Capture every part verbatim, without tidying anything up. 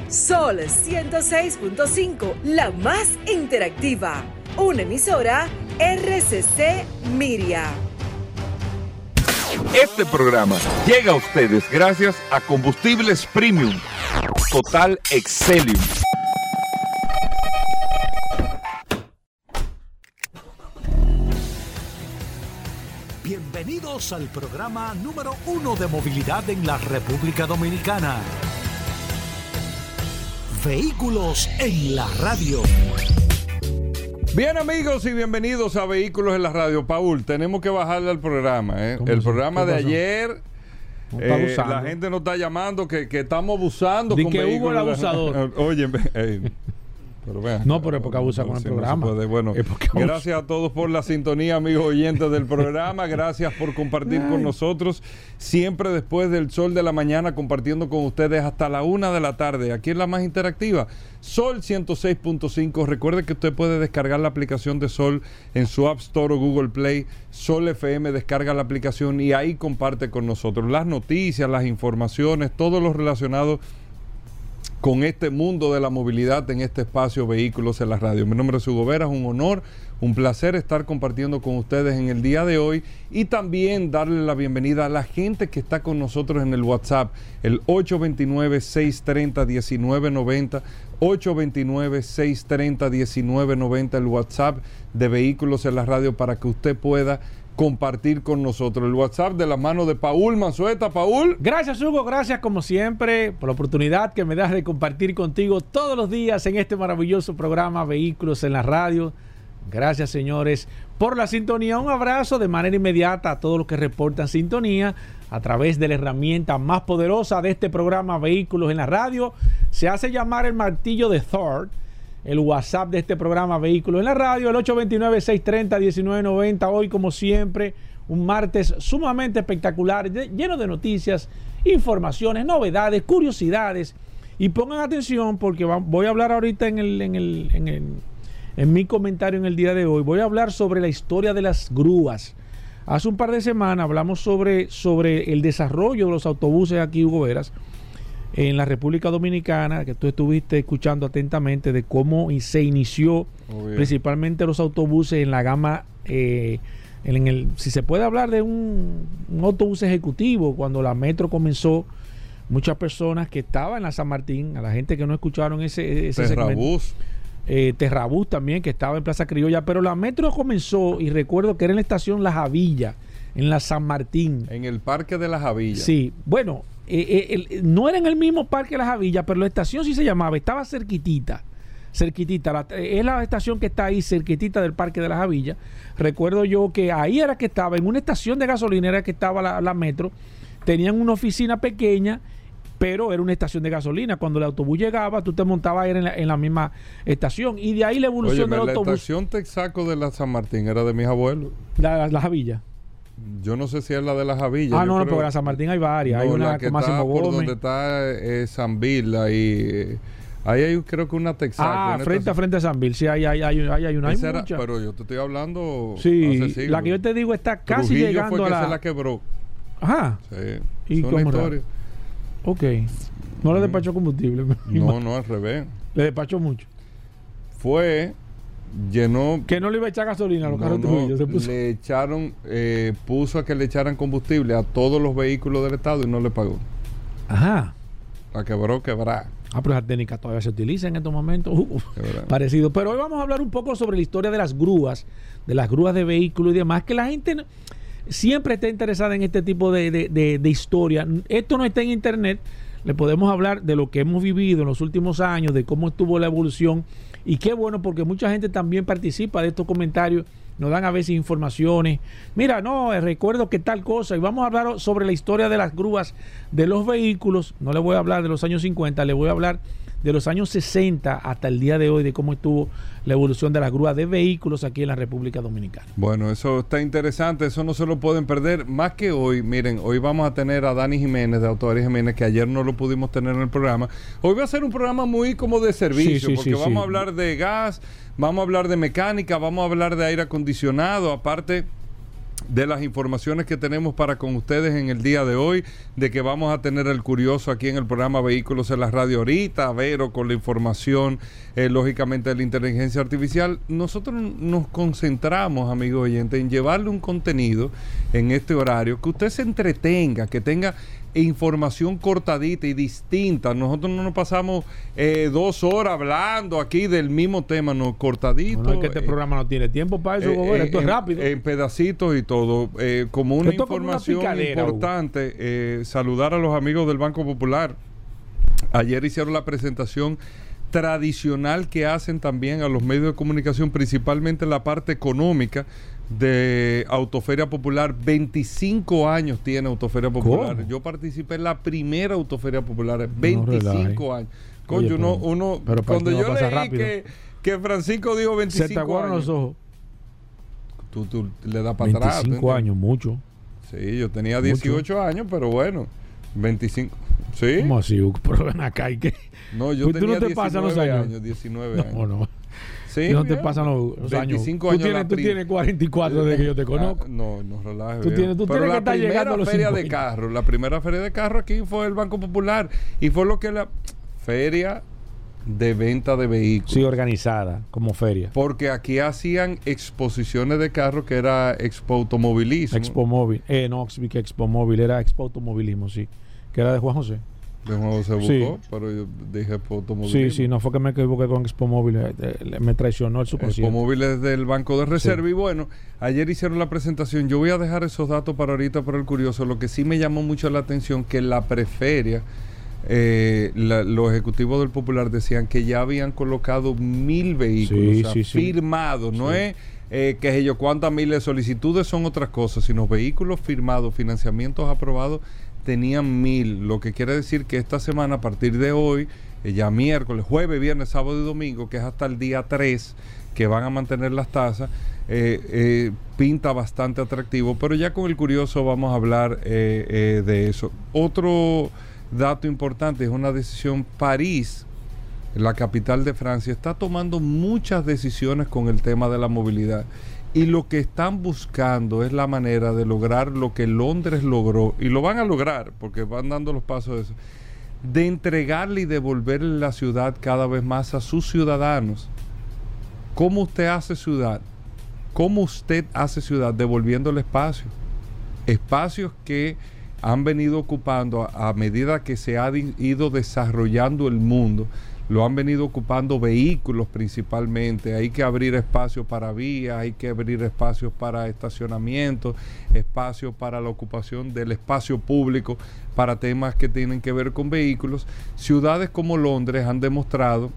Sol ciento seis punto cinco, la más interactiva. Una emisora R C C Miria. Este programa llega a ustedes gracias a Combustibles Premium Total Excelium. Bienvenidos al programa número uno de movilidad en la República Dominicana. Vehículos en la radio. Bien, amigos, y bienvenidos a Vehículos en la Radio. Paul, tenemos que bajarle al programa. ¿eh? El programa de ayer, eh, la gente nos está llamando que, que estamos abusando. De con que hubo el la... abusador. Oye, eh, pero vean, no, pero es porque abusa no, con el si programa. No bueno, gracias a todos por la sintonía, amigos oyentes del programa. Gracias por compartir Ay. con nosotros. Siempre después del sol de la mañana, compartiendo con ustedes hasta la una de la tarde. Aquí es la más interactiva. Sol ciento seis punto cinco. Recuerde que usted puede descargar la aplicación de Sol en su App Store o Google Play. Sol F M, descarga la aplicación y ahí comparte con nosotros las noticias, las informaciones, todo lo relacionado con este mundo de la movilidad en este espacio Vehículos en la Radio. Mi nombre es Hugo Vera, es un honor, un placer estar compartiendo con ustedes en el día de hoy y también darle la bienvenida a la gente que está con nosotros en el WhatsApp, el ocho dos nueve, seis tres cero, uno nueve nueve cero, ocho dos nueve, seis tres cero, uno nueve nueve cero, el WhatsApp de Vehículos en la Radio para que usted pueda compartir con nosotros. El WhatsApp de la mano de Paul Manzueta. Paul. Gracias, Hugo. Gracias, como siempre, por la oportunidad que me das de compartir contigo todos los días en este maravilloso programa Vehículos en la Radio. Gracias, señores, por la sintonía. Un abrazo de manera inmediata a todos los que reportan sintonía a través de la herramienta más poderosa de este programa Vehículos en la Radio. Se hace llamar el martillo de Thor. El WhatsApp de este programa Vehículos en la Radio, el ocho dos nueve, seis tres cero, uno nueve nueve cero. Hoy, como siempre, un martes sumamente espectacular, de, lleno de noticias, informaciones, novedades, curiosidades. Y pongan atención porque va, voy a hablar ahorita en, el, en, el, en, el, en mi comentario en el día de hoy. Voy a hablar sobre la historia de las grúas. Hace un par de semanas hablamos sobre, sobre el desarrollo de los autobuses aquí, Hugo Veras, en la República Dominicana, que tú estuviste escuchando atentamente de cómo se inició principalmente los autobuses en la gama, eh, en el, si se puede hablar de un, un autobús ejecutivo, cuando la Metro comenzó, muchas personas que estaban en la San Martín, a la gente que no escucharon ese, ese Terrabús. segmento, eh, Terrabús también, que estaba en Plaza Criolla, pero la Metro comenzó, y recuerdo que era en la estación La Javilla, en la San Martín. En el Parque de La Javilla. Sí, bueno, Eh, eh, el, no era en el mismo Parque Las Javillas, pero la estación sí se llamaba, estaba cerquitita, cerquitita, la, es la estación que está ahí cerquitita del Parque de Las Javillas. Recuerdo yo que ahí era que estaba, en una estación de gasolinera que estaba la, la Metro, tenían una oficina pequeña, pero era una estación de gasolina. Cuando el autobús llegaba, tú te montabas en la, en la misma estación, y de ahí la evolución Oye, del la autobús. La estación Texaco de la San Martín era de mis abuelos. La, la, la Javilla. Yo no sé si es la de la Javilla. Ah, no, no, creo... porque en San Martín hay varias. No, hay una la que con Máximo está por Gómez. donde está eh, San Bill, ahí, eh, ahí hay creo que una Texaco. Ah, una frente estación. a frente a San Bill. Sí, hay, hay, hay, hay, hay una. Hay era, mucha. pero yo te estoy hablando. Sí, hace siglos. la que yo te digo está casi Trujillo llegando fue a que la. se la quebró. Ajá. Sí. ¿Y es una historia. Ok. No le despachó combustible. No, no, al revés. Le despachó mucho. Fue. Llenó. Que no le iba a echar gasolina a los no, carros de no, Trujillo. Se puso. Le echaron, eh, puso a que le echaran combustible a todos los vehículos del estado y no le pagó. Ajá. La quebró, quebrá. Ah, pero esa técnica todavía se utiliza en estos momentos. Uh, parecido. Pero hoy vamos a hablar un poco sobre la historia de las grúas, de las grúas de vehículos y demás, que la gente no, siempre está interesada en este tipo de, de, de, de historia. Esto no está en internet. Le podemos hablar de lo que hemos vivido en los últimos años, de cómo estuvo la evolución. Y qué bueno, porque mucha gente también participa de estos comentarios, nos dan a veces informaciones. Mira, no, recuerdo que tal cosa. Y vamos a hablar sobre la historia de las grúas de los vehículos. No le voy a hablar de los años cincuenta, le voy a hablar de los años sesenta hasta el día de hoy, de cómo estuvo la evolución de las grúas de vehículos aquí en la República Dominicana. Bueno, eso está interesante, eso no se lo pueden perder. Más que hoy, miren, hoy vamos a tener a Dani Jiménez, de Autoari Jiménez, que ayer no lo pudimos tener en el programa. Hoy va a ser un programa muy como de servicio, sí, sí, porque sí, vamos sí. a hablar de gas, vamos a hablar de mecánica, vamos a hablar de aire acondicionado, aparte de las informaciones que tenemos para con ustedes en el día de hoy, de que vamos a tener el curioso aquí en el programa Vehículos en la Radio ahorita, Vero con la información, eh, lógicamente de la inteligencia artificial. Nosotros nos concentramos, amigos oyentes, en llevarle un contenido en este horario, que usted se entretenga, que tenga información cortadita y distinta. Nosotros no nos pasamos eh, dos horas hablando aquí del mismo tema, no, cortadito. Bueno, es que este eh, programa no tiene tiempo para eso, eh, esto en, es rápido. En pedacitos y todo, eh, como una esto información como una importante, eh, saludar a los amigos del Banco Popular. Ayer hicieron la presentación tradicional que hacen también a los medios de comunicación, principalmente en la parte económica de Autoferia Popular. veinticinco años tiene Autoferia Popular. ¿Cómo? Yo participé en la primera Autoferia Popular, veinticinco no años. Coño, Oye, uno, pero, uno pero cuando yo leí rápido. que, que Francisco dijo veinticinco se te aguaron años, los ojos. Tú, tú le das para atrás. veinticinco años, mucho. Sí, yo tenía dieciocho mucho. años, pero bueno, veinticinco. ¿Sí? ¿Cómo así? Pero ven acá, ¿y qué? No, yo pues tenía tú no te pasan los años. años, diecinueve años. No, no. Sí, no te bien. pasan los, los veinticinco años. años. Tú tienes, tú tienes cuarenta y cuatro desde que yo te conozco. Ah, no, no relajes. Tú tienes, tú Pero tienes la que estar primera llegando a los feria de cincuenta. carro, la primera feria de carro aquí fue el Banco Popular y fue lo que la feria de venta de vehículos. Sí, organizada como feria. Porque aquí hacían exposiciones de carro que era Expo Automovilismo. Expo Móvil. Eh, no, que Expo Móvil, era Expo Automovilismo, sí. Que era de Juan José. De Juan José buscó, Sí. pero yo dije Expo Automovilismo. Sí, sí, no fue que me equivoqué con Expo Móvil, eh, eh, me traicionó el subconsciente. Expo Móvil es del Banco de Reserva. Sí. Y bueno, ayer hicieron la presentación. Yo voy a dejar esos datos para ahorita para el curioso. Lo que sí me llamó mucho la atención, que la preferia, eh, la, los ejecutivos del Popular decían que ya habían colocado mil vehículos, Sí, o sea, sí, sí. firmados. No Sí. es eh, que sé yo cuántas miles de solicitudes son otras cosas, sino vehículos firmados, financiamientos aprobados, tenían mil. Lo que quiere decir que esta semana, a partir de hoy, eh, ya miércoles, jueves, viernes, sábado y domingo, que es hasta el día tres, que van a mantener las tasas, eh, eh, pinta bastante atractivo. Pero ya con el curioso vamos a hablar eh, eh, de eso. Otro dato importante es una decisión. París, la capital de Francia, está tomando muchas decisiones con el tema de la movilidad. Y lo que están buscando es la manera de lograr lo que Londres logró, y lo van a lograr porque van dando los pasos de eso, de entregarle y devolverle la ciudad cada vez más a sus ciudadanos. ¿Cómo usted hace ciudad? ¿Cómo usted hace ciudad? Devolviéndole espacio. Espacios que han venido ocupando a, a medida que se ha di, ido desarrollando el mundo. Lo han venido ocupando vehículos principalmente. Hay que abrir espacios para vías, hay que abrir espacios para estacionamiento, espacios para la ocupación del espacio público, para temas que tienen que ver con vehículos. Ciudades como Londres han demostrado,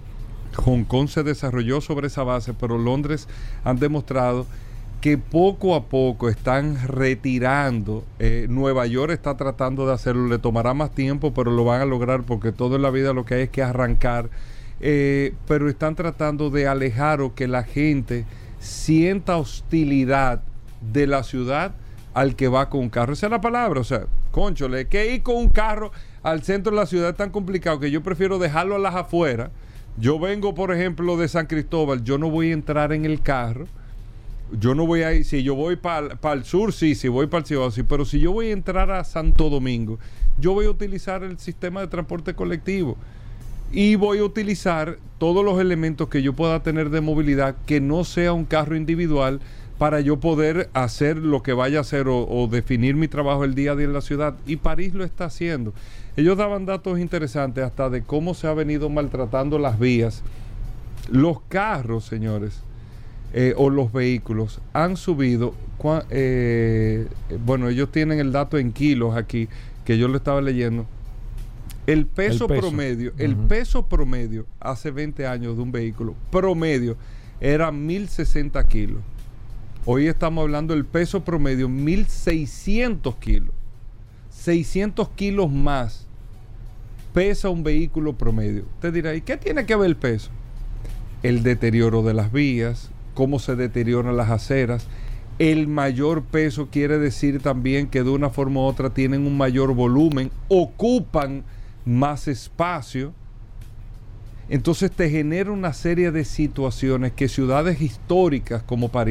Hong Kong se desarrolló sobre esa base, pero Londres han demostrado que poco a poco están retirando. eh, Nueva York está tratando de hacerlo, le tomará más tiempo, pero lo van a lograr porque todo en la vida lo que hay es que arrancar, eh, pero están tratando de alejar o que la gente sienta hostilidad de la ciudad al que va con un carro. Esa es la palabra, o sea, cónchole, que ir con un carro al centro de la ciudad es tan complicado que yo prefiero dejarlo a las afueras. Yo vengo, por ejemplo, de San Cristóbal, yo no voy a entrar en el carro. Yo no voy a ir, si yo voy para pa el sur, sí, si voy para el Cibao, sí, pero si yo voy a entrar a Santo Domingo, yo voy a utilizar el sistema de transporte colectivo y voy a utilizar todos los elementos que yo pueda tener de movilidad que no sea un carro individual para yo poder hacer lo que vaya a hacer o, o definir mi trabajo el día a día en la ciudad. Y París lo está haciendo. Ellos daban datos interesantes hasta de cómo se ha venido maltratando las vías. Los carros, señores, Eh, o los vehículos han subido, eh, bueno, ellos tienen el dato en kilos aquí, que yo lo estaba leyendo. El peso, el peso. promedio, Uh-huh. el peso promedio hace veinte años de un vehículo promedio era mil sesenta kilos. Hoy estamos hablando del peso promedio mil seiscientos kilos. seiscientos kilos más pesa un vehículo promedio. Usted dirá, ¿y qué tiene que ver el peso? El deterioro de las vías, cómo se deterioran las aceras. El mayor peso quiere decir también que de una forma u otra tienen un mayor volumen, ocupan más espacio. Entonces te genera una serie de situaciones que ciudades históricas como París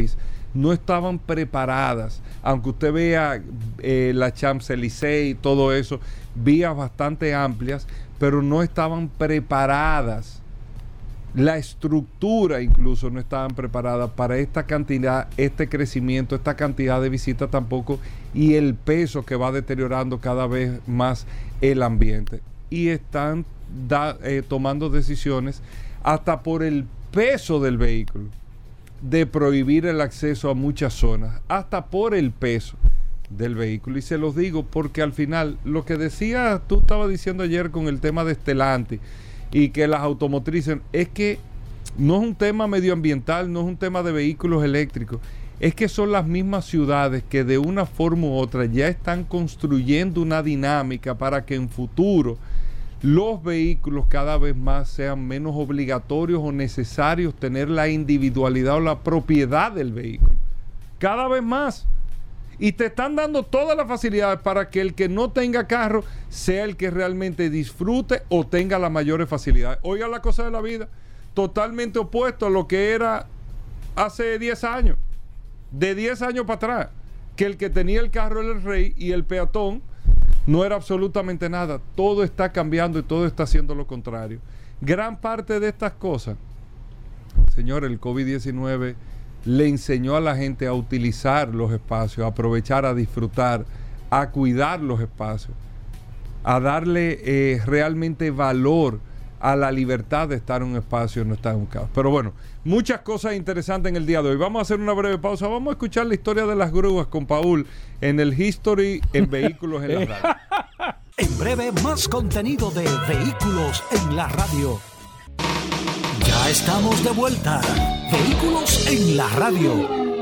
no estaban preparadas. Aunque usted vea eh, la Champs-Élysées y todo eso, vías bastante amplias, pero no estaban preparadas. La estructura incluso no estaban preparadas para esta cantidad, este crecimiento, esta cantidad de visitas tampoco, y el peso que va deteriorando cada vez más el ambiente. Y están da, eh, tomando decisiones hasta por el peso del vehículo, de prohibir el acceso a muchas zonas, hasta por el peso del vehículo. Y se los digo porque al final, lo que decía, tú estabas diciendo ayer con el tema de Stellantis, y que las automotrices, es que no es un tema medioambiental, no es un tema de vehículos eléctricos, es que son las mismas ciudades que de una forma u otra ya están construyendo una dinámica para que en futuro los vehículos cada vez más sean menos obligatorios o necesarios tener la individualidad o la propiedad del vehículo. Cada vez más. Y te están dando todas las facilidades para que el que no tenga carro sea el que realmente disfrute o tenga las mayores facilidades. Oiga la cosa de la vida, totalmente opuesto a lo que era hace diez años. De diez años para atrás, que el que tenía el carro era el rey y el peatón no era absolutamente nada. Todo está cambiando y todo está haciendo lo contrario. Gran parte de estas cosas, señor, el COVID diecinueve le enseñó a la gente a utilizar los espacios, a aprovechar, a disfrutar, a cuidar los espacios, a darle eh, realmente valor a la libertad de estar en un espacio y no estar en un caos. Pero bueno, muchas cosas interesantes en el día de hoy. Vamos a hacer una breve pausa. Vamos a escuchar la historia de las grúas con Paul en el History en Vehículos en la Radio. En breve, más contenido de Vehículos en la Radio. Ya estamos de vuelta. Vehículos en la Radio.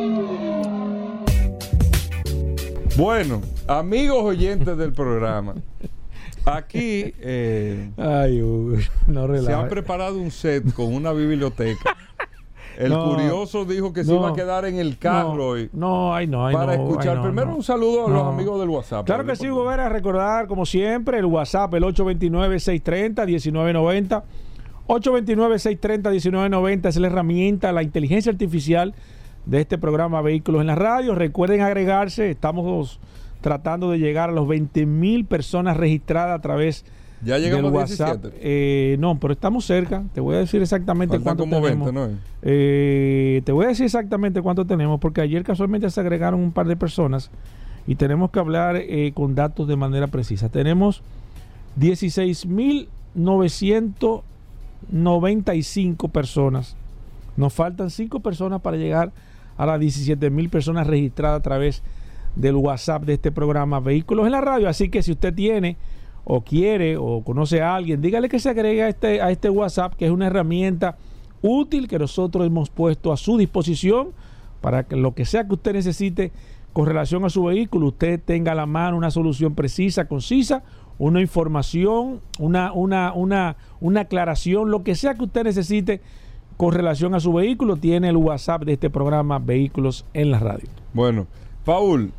Bueno, amigos oyentes del programa, aquí eh, Ay, Hugo, no relaja. se han preparado un set con una biblioteca. El No, curioso dijo que no, se iba a quedar en el carro no, hoy. No, ay, no, ay, para no, escuchar. ay, no, Primero no. un saludo a No. los amigos del WhatsApp. Claro que sí, Hugo Vera. Recordar, como siempre, el WhatsApp, el ocho dos nueve, seis tres cero, uno nueve nueve cero. ocho dos nueve, seis tres cero, uno nueve nueve cero es la herramienta, la inteligencia artificial de este programa Vehículos en la Radio. Recuerden agregarse. Estamos tratando de llegar a los veinte mil personas registradas a través Ya llegamos del a WhatsApp. diecisiete. Eh, no, pero estamos cerca. Te voy a decir exactamente Faltan cuánto como tenemos. veinte, ¿no? Eh, te voy a decir exactamente cuánto tenemos, porque ayer casualmente se agregaron un par de personas y tenemos que hablar eh, con datos de manera precisa. Tenemos dieciséis mil novecientos noventa y cinco personas. Nos faltan cinco personas para llegar a las diecisiete mil personas registradas a través del WhatsApp de este programa Vehículos en la Radio. Así que si usted tiene o quiere o conoce a alguien, dígale que se agregue a este, a este WhatsApp, que es una herramienta útil que nosotros hemos puesto a su disposición para que lo que sea que usted necesite con relación a su vehículo, usted tenga a la mano una solución precisa, concisa, una información, una, una, una, una aclaración, lo que sea que usted necesite con relación a su vehículo, tiene el WhatsApp de este programa Vehículos en la Radio. Bueno, Paul,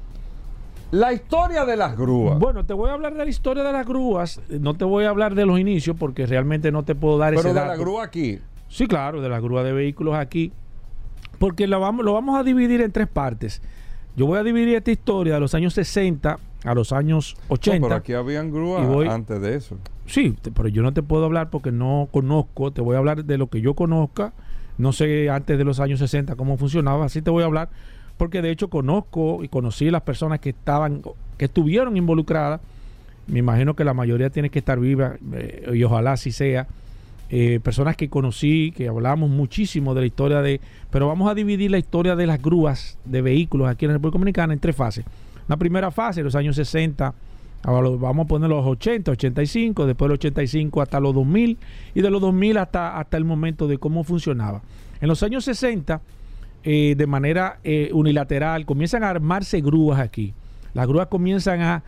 la historia de las grúas. Bueno, te voy a hablar de la historia de las grúas, no te voy a hablar de los inicios porque realmente no te puedo dar Pero ese de dato. la grúa aquí. Sí, claro, de la grúa de vehículos aquí, porque lo vamos, lo vamos a dividir en tres partes. Yo voy a dividir esta historia de los años sesenta a los años ochenta. No, pero aquí habían grúas Y voy- antes de eso. Sí, te- pero yo no te puedo hablar porque no conozco, te voy a hablar de lo que yo conozca, no sé antes de los años sesenta cómo funcionaba, así te voy a hablar, porque de hecho conozco y conocí a las personas que estaban, que estuvieron involucradas. Me imagino que la mayoría tiene que estar viva eh, y ojalá así sea. Eh, personas que conocí, que hablamos muchísimo de la historia de, pero vamos a dividir la historia de las grúas de vehículos aquí en la República Dominicana en tres fases. La primera fase, los años sesenta, ahora lo- vamos a poner los ochenta, ochenta y cinco, después de los ochenta y cinco hasta los dos mil y de los dos mil hasta, hasta el momento de cómo funcionaba. En los años sesenta, eh, de manera eh, unilateral, comienzan a armarse grúas aquí. Las grúas comienzan a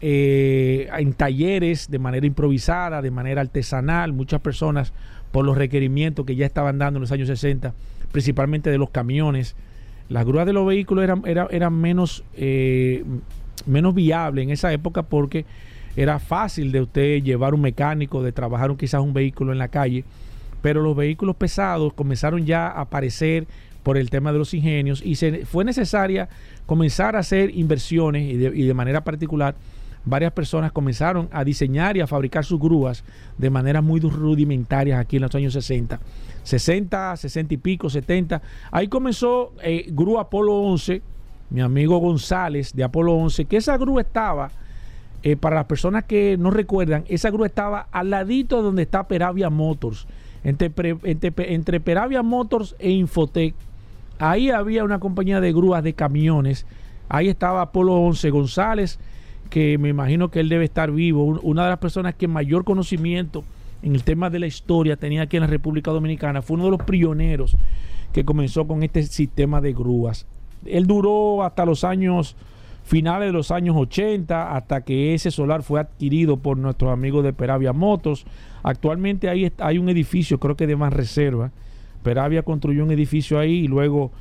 Eh, en talleres de manera improvisada, de manera artesanal, muchas personas por los requerimientos que ya estaban dando en los años sesenta, principalmente de los camiones. Las grúas de los vehículos eran, eran, eran menos, eh, menos viables en esa época porque era fácil de usted llevar un mecánico, de trabajar un, quizás un vehículo en la calle, pero los vehículos pesados comenzaron ya a aparecer por el tema de los ingenios, y se, fue necesaria comenzar a hacer inversiones y de, y de manera particular varias personas comenzaron a diseñar y a fabricar sus grúas de manera muy rudimentarias aquí en los años sesenta, sesenta, sesenta y pico, setenta. Ahí comenzó eh, Grúa Apolo once, mi amigo González de Apolo once, que esa grúa estaba, eh, para las personas que no recuerdan, esa grúa estaba al ladito de donde está Peravia Motors, entre, entre, entre Peravia Motors e Infotec. Ahí había una compañía de grúas de camiones. Ahí estaba Apolo once González, que me imagino que él debe estar vivo, una de las personas que mayor conocimiento en el tema de la historia tenía aquí en la República Dominicana. Fue uno de los pioneros que comenzó con este sistema de grúas. Él duró hasta los años finales de los años ochenta, hasta que ese solar fue adquirido por nuestros amigos de Peravia Motors. Actualmente ahí está, hay un edificio, creo que de Banreserva. Peravia construyó un edificio ahí y luego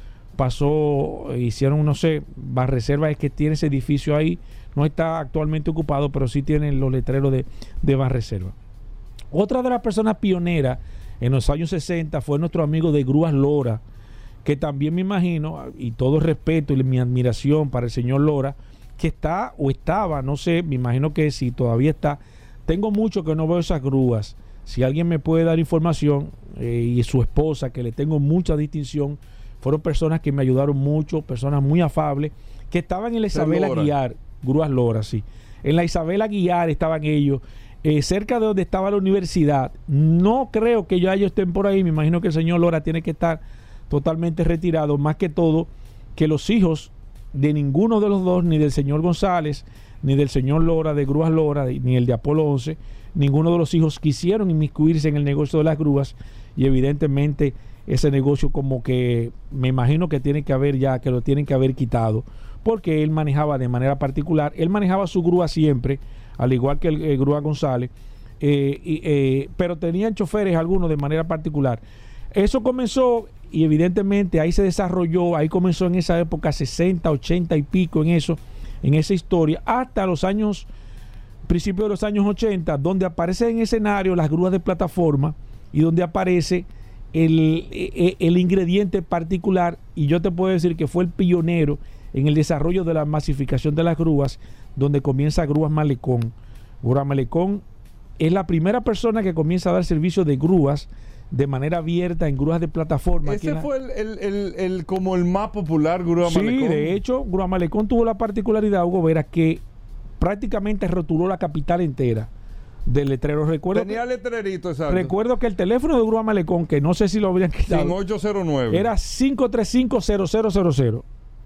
pasó, hicieron, no sé, Banreserva es que tiene ese edificio ahí. No está actualmente ocupado, pero sí tienen los letreros de, de Banreserva. Otra de las personas pioneras en los años sesenta fue nuestro amigo de Grúas Lora, que también me imagino, y todo el respeto y mi admiración para el señor Lora, que está o estaba, no sé, me imagino que sí, todavía está. Tengo mucho que no veo esas grúas. Si alguien me puede dar información, eh, y su esposa, que le tengo mucha distinción, fueron personas que me ayudaron mucho, personas muy afables, que estaban en la Isabel Aguiar. Grúas Lora, sí. En la Isabel Aguiar estaban ellos, eh, cerca de donde estaba la universidad. No creo que ya ellos estén por ahí. Me imagino que el señor Lora tiene que estar totalmente retirado. Más que todo, que los hijos de ninguno de los dos, ni del señor González, ni del señor Lora, de Grúas Lora, ni el de Apolo once, ninguno de los hijos quisieron inmiscuirse en el negocio de las grúas, y evidentemente ese negocio como que me imagino que tiene que haber ya, que lo tienen que haber quitado, porque él manejaba de manera particular, él manejaba su grúa siempre, al igual que el, el Grúa González, eh, y, eh, pero tenían choferes algunos de manera particular. Eso comenzó y evidentemente ahí se desarrolló, ahí comenzó en esa época sesenta, ochenta y pico, en eso, en esa historia, hasta los años, principios de los años ochenta, donde aparece en escenario las grúas de plataforma y donde aparece el, el, el ingrediente particular, y yo te puedo decir que fue el pionero en el desarrollo de la masificación de las grúas, donde comienza Grúas Malecón. Grúas Malecón es la primera persona que comienza a dar servicio de grúas de manera abierta en grúas de plataforma. Ese la... fue el, el, el, el como el más popular, Grúa sí, Malecón. Sí, de hecho, Grúa Malecón tuvo la particularidad, Hugo Vera, que prácticamente rotuló la capital entera del letrero. Recuerdo Tenía que, letrerito, exacto. Recuerdo que el teléfono de Grúa Malecón, que no sé si lo habrían quitado, Sin ocho cero nueve. era cinco tres cinco, cero cero cero cero.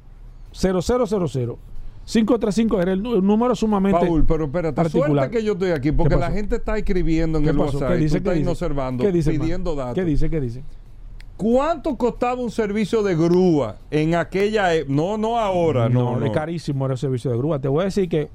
cero cero cero cero. cinco tres cinco era el, el número sumamente Paul, pero espérate, particular. Suerte que yo estoy aquí, porque la gente está escribiendo en el pasó? WhatsApp, ¿Qué dice? tú estás ¿Qué dice? observando, ¿Qué dice, pidiendo hermano? datos. ¿Qué dice? ¿Qué dice? ¿Cuánto costaba un servicio de grúa en aquella época? No, no ahora, no, no, no. Es carísimo era el servicio de grúa. Te voy a decir que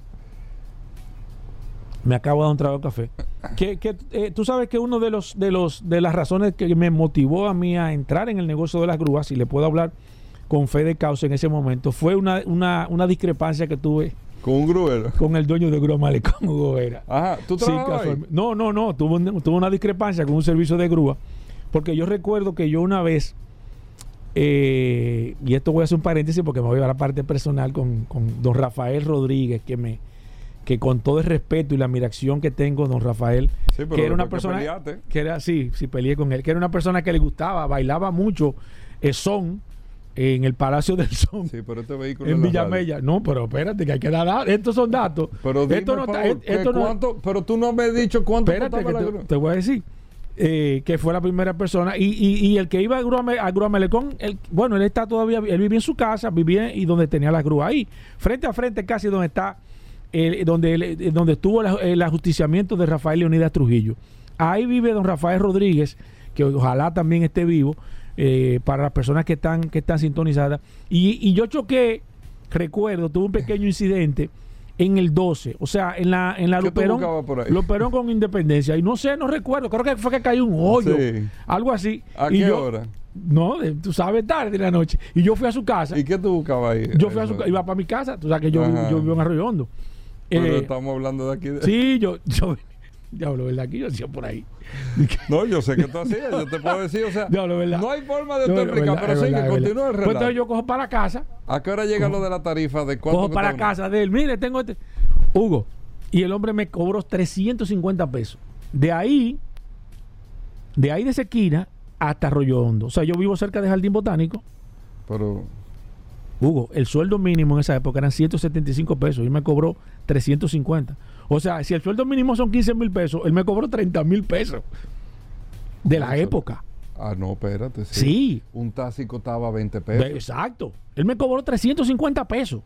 me acabo de dar un trago de café. Que, que eh, tú sabes que uno de los de los de las razones que me motivó a mí a entrar en el negocio de las grúas, y le puedo hablar con fe de causa en ese momento, fue una, una, una discrepancia que tuve con un gruero, con el dueño de Grúa Malecón, Hugo Vera. Ajá, ¿tú trabajabas sí, ahí? No, no, no, tuve, un, tuve una discrepancia con un servicio de grúa, porque yo recuerdo que yo una vez, eh, y esto voy a hacer un paréntesis porque me voy a la parte personal con, con don Rafael Rodríguez, que me que con todo el respeto y la admiración que tengo, don Rafael, sí, que era una persona peleaste. que era, sí, sí peleé con él, que era una persona que le gustaba, bailaba mucho eh, son en el Palacio del Son, sí, pero este vehículo en la Villamella. No, pero espérate, que hay que dar datos. Estos son datos. Pero dime, esto no Paul, está, ¿qué, esto no, cuánto, pero tú no me has dicho cuánto espérate, costaba que la te, grúa. te voy a decir eh, que fue la primera persona. Y, y, y el que iba a Grúa, a Grúa Malecón, él, bueno, él está todavía, él vivía en su casa, vivía y donde tenía la grúa ahí, frente a frente casi donde está, eh, donde, eh, donde estuvo la, el ajusticiamiento de Rafael Leonidas Trujillo. Ahí vive don Rafael Rodríguez, que ojalá también esté vivo. Eh, para las personas que están que están sintonizadas, y, y yo choqué, recuerdo, tuve un pequeño incidente en el doce, o sea, en la en la Luperón, Luperón con Independencia, y no sé, no recuerdo, creo que fue que cayó un hoyo, sí, algo así. ¿A y qué yo, hora? No, de, tú sabes, tarde de la noche, y yo fui a su casa. ¿Y qué tú buscabas ahí? Yo fui a su casa, iba para mi casa, tú sabes que yo, yo vivo en Arroyo Hondo. Pero eh, estamos hablando de aquí. De... Sí, yo, yo Diablo, ¿verdad? Que yo hacía por ahí. No, yo sé que tú hacías, yo te puedo decir, o sea, Diablo, ¿verdad? no hay forma de No, tú explicar, verdad, pero es sigue, verdad, es continúa el verdad. Pues relato. entonces yo cojo para la casa. ¿A qué hora llega cojo, lo de la tarifa? ¿De cuánto? Cojo para la casa de él. Mire, tengo este. Hugo. Y el hombre me cobró trescientos cincuenta pesos. De ahí, de ahí de esa esquina hasta Arroyo Hondo. O sea, yo vivo cerca de Jardín Botánico. Pero... Hugo, el sueldo mínimo en esa época eran ciento setenta y cinco pesos y él me cobró trescientos cincuenta. O sea, si el sueldo mínimo son quince mil pesos, él me cobró treinta mil pesos de la época. Ah, no, espérate. Sí. Sí. Un taxi costaba veinte pesos. De, exacto. Él me cobró trescientos cincuenta pesos.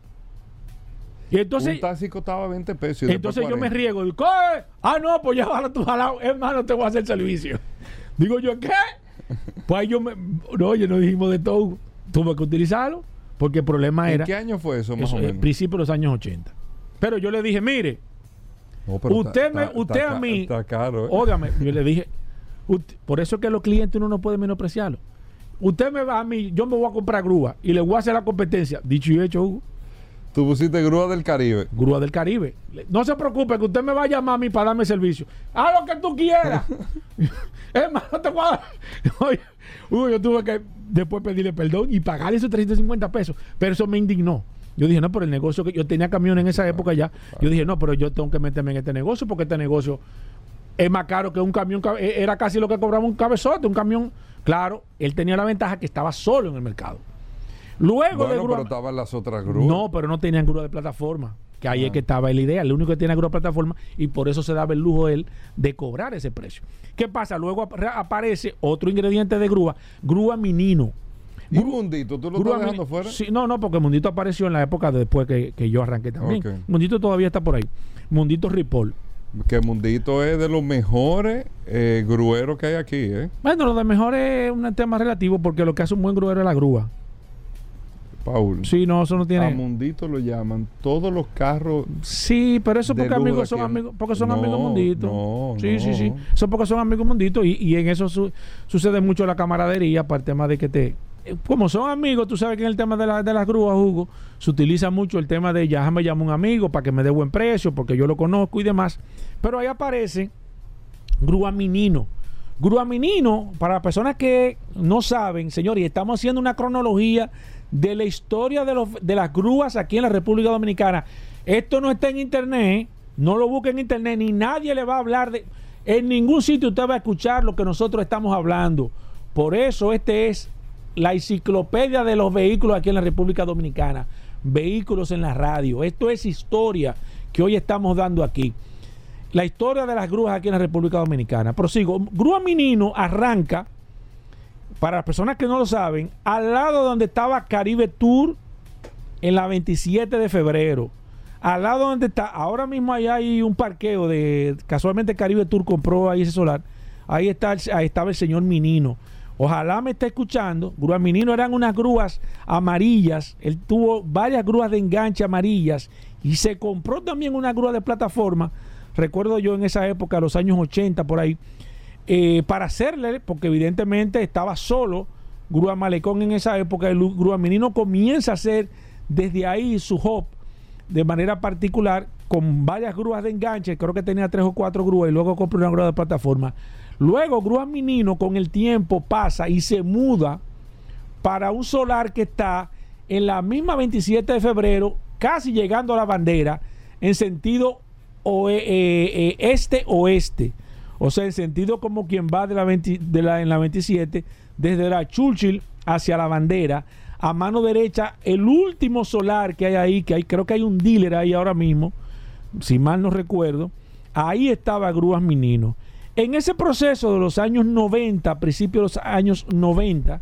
Y entonces, un taxi costaba veinte pesos. Y entonces yo me cuarenta. riego. Digo, ¿qué? Ah, no, pues ya bájalo tu jalado. Es más, no te voy a hacer servicio. Digo yo, ¿qué? Pues ahí yo me... No, oye, no dijimos de todo. Tuve que utilizarlo porque el problema ¿En era... qué año fue eso, más eso, o eh, menos? principio de los años ochenta. Pero yo le dije, mire, No, pero usted, está- me, está- usted está a mí... Está caro, ¿eh? Óigame, yo le dije... Usted, por eso es que los clientes uno no puede menospreciarlo. Usted me va a mí, yo me voy a comprar grúa y le voy a hacer la competencia. Dicho y hecho, Hugo. Tú pusiste grúa del Caribe. Grúa del Caribe. No se preocupe que usted me va a llamar a mí para darme servicio. Haz lo que tú quieras. Es más, no te voy a dar. Oye, Hugo, yo tuve que después pedirle perdón y pagarle esos trescientos cincuenta pesos. Pero eso me indignó. Yo dije, no, pero el negocio que yo tenía camión en esa época ya. Yo dije, no, pero yo tengo que meterme en este negocio porque este negocio es más caro que un camión. Era casi lo que cobraba un cabezote, un camión. Claro, él tenía la ventaja que estaba solo en el mercado. Luego Bueno, de grúa, pero estaban las otras grúas. no, pero no tenían grúa de plataforma. Que ahí ah. es que estaba la idea. El único que tiene grúa de plataforma y por eso se daba el lujo él de cobrar ese precio. ¿Qué pasa? Luego ap aparece otro ingrediente de grúa, grúa Minino. ¿Y Mundito? ¿Tú lo estás dejando fuera? Sí, no, no, porque Mundito apareció en la época de después que, que yo arranqué también. Okay. Mundito todavía está por ahí. Mundito Ripoll. Que Mundito es de los mejores eh, grueros que hay aquí, ¿eh? Bueno, lo de mejor es un tema relativo porque lo que hace un buen gruero es la grúa. Paul. Sí, no, eso no tiene. A Mundito lo llaman todos los carros. Sí, pero eso porque amigos son amigos, porque son no, amigos Mundito. No, sí, no. sí, sí. Eso porque son amigos Mundito y, y en eso su, sucede mucho la camaradería para el tema de que te. Como son amigos, tú sabes que en el tema de, la, de las grúas, Hugo, se utiliza mucho el tema de ya me llama un amigo para que me dé buen precio, porque yo lo conozco y demás. Pero ahí aparece grúa Minino. Grúa Minino, para las personas que no saben, señores, y estamos haciendo una cronología de la historia de, los, de las grúas aquí en la República Dominicana. Esto no está en internet, no lo busquen en internet, ni nadie le va a hablar de... En ningún sitio usted va a escuchar lo que nosotros estamos hablando. Por eso este es la enciclopedia de los vehículos aquí en la República Dominicana. Vehículos en la radio. Esto es historia que hoy estamos dando aquí. La historia de las grúas aquí en la República Dominicana. Prosigo. Grúa Minino arranca, para las personas que no lo saben, al lado donde estaba Caribe Tour en la veintisiete de febrero. Al lado donde está, ahora mismo allá hay un parqueo de, casualmente Caribe Tour compró ahí ese solar. Ahí, está, ahí estaba el señor Minino. Ojalá me esté escuchando. Grúa Minino eran unas grúas amarillas. Él tuvo varias grúas de enganche amarillas y se compró también una grúa de plataforma. Recuerdo yo en esa época, los años ochenta por ahí, eh, para hacerle, porque evidentemente estaba solo Grúa Malecón en esa época. El Grúa Minino comienza a hacer desde ahí su hub de manera particular con varias grúas de enganche. Creo que tenía tres o cuatro grúas y luego compró una grúa de plataforma. Luego Grúa Minino con el tiempo pasa y se muda para un solar que está en la misma veintisiete de febrero, casi llegando a la bandera, en sentido o, eh, eh, este-oeste. O sea, en sentido como quien va de la, veinte, de la en la veintisiete, desde la Churchill hacia la bandera. A mano derecha, el último solar que hay ahí, que hay, creo que hay un dealer ahí ahora mismo, si mal no recuerdo, ahí estaba Grúas Minino. En ese proceso de los años noventa, principios de los años noventa,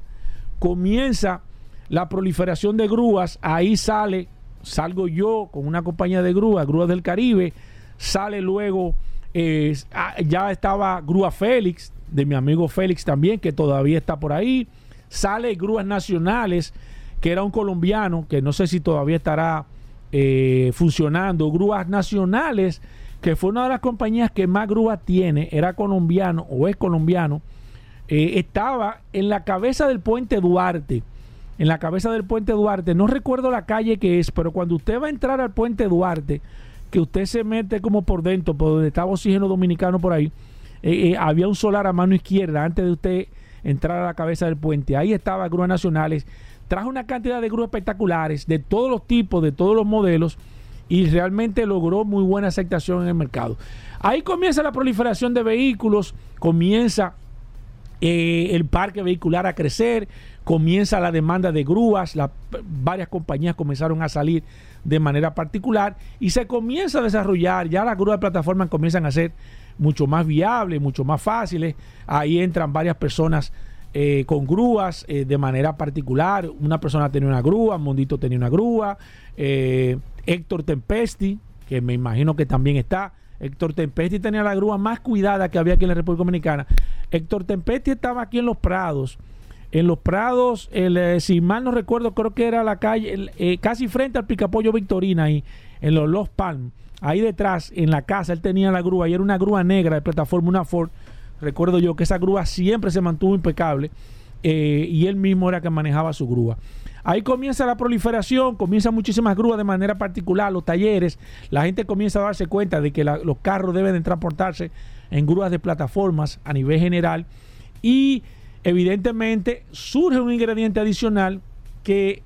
comienza la proliferación de grúas. Ahí sale, salgo yo con una compañía de grúas, Grúas del Caribe. Sale luego, eh, ya estaba Grúa Félix, de mi amigo Félix también, que todavía está por ahí. Sale Grúas Nacionales, que era un colombiano, que no sé si todavía estará eh, funcionando. Grúas Nacionales, que fue una de las compañías que más grúas tiene, era colombiano o es colombiano, eh, estaba en la cabeza del Puente Duarte, en la cabeza del Puente Duarte, no recuerdo la calle que es, pero cuando usted va a entrar al Puente Duarte, que usted se mete como por dentro, por donde estaba Oxígeno Dominicano por ahí, eh, eh, había un solar a mano izquierda antes de usted entrar a la cabeza del puente. Ahí estaba Grúas Nacionales. Trajo una cantidad de grúas espectaculares de todos los tipos, de todos los modelos, y realmente logró muy buena aceptación en el mercado. Ahí comienza la proliferación de vehículos, comienza eh, el parque vehicular a crecer, comienza la demanda de grúas, la, varias compañías comenzaron a salir de manera particular y se comienza a desarrollar, ya las grúas de plataforma comienzan a ser mucho más viables, mucho más fáciles. Ahí entran varias personas eh, con grúas eh, de manera particular. Una persona tenía una grúa, Mundito tenía una grúa, eh, Héctor Tempesti, que me imagino que también está. Héctor Tempesti tenía la grúa más cuidada que había aquí en la República Dominicana. Héctor Tempesti estaba aquí en Los Prados. En Los Prados, el, eh, si mal no recuerdo, creo que era la calle, el, eh, casi frente al Picapollo Victorina, ahí, en los Los Palm. Ahí detrás, en la casa, él tenía la grúa, y era una grúa negra de plataforma, una Ford. Recuerdo yo que esa grúa siempre se mantuvo impecable, eh, y él mismo era que manejaba su grúa. Ahí comienza la proliferación, comienzan muchísimas grúas de manera particular, los talleres. La gente comienza a darse cuenta de que la, los carros deben de transportarse en grúas de plataformas a nivel general, y evidentemente surge un ingrediente adicional que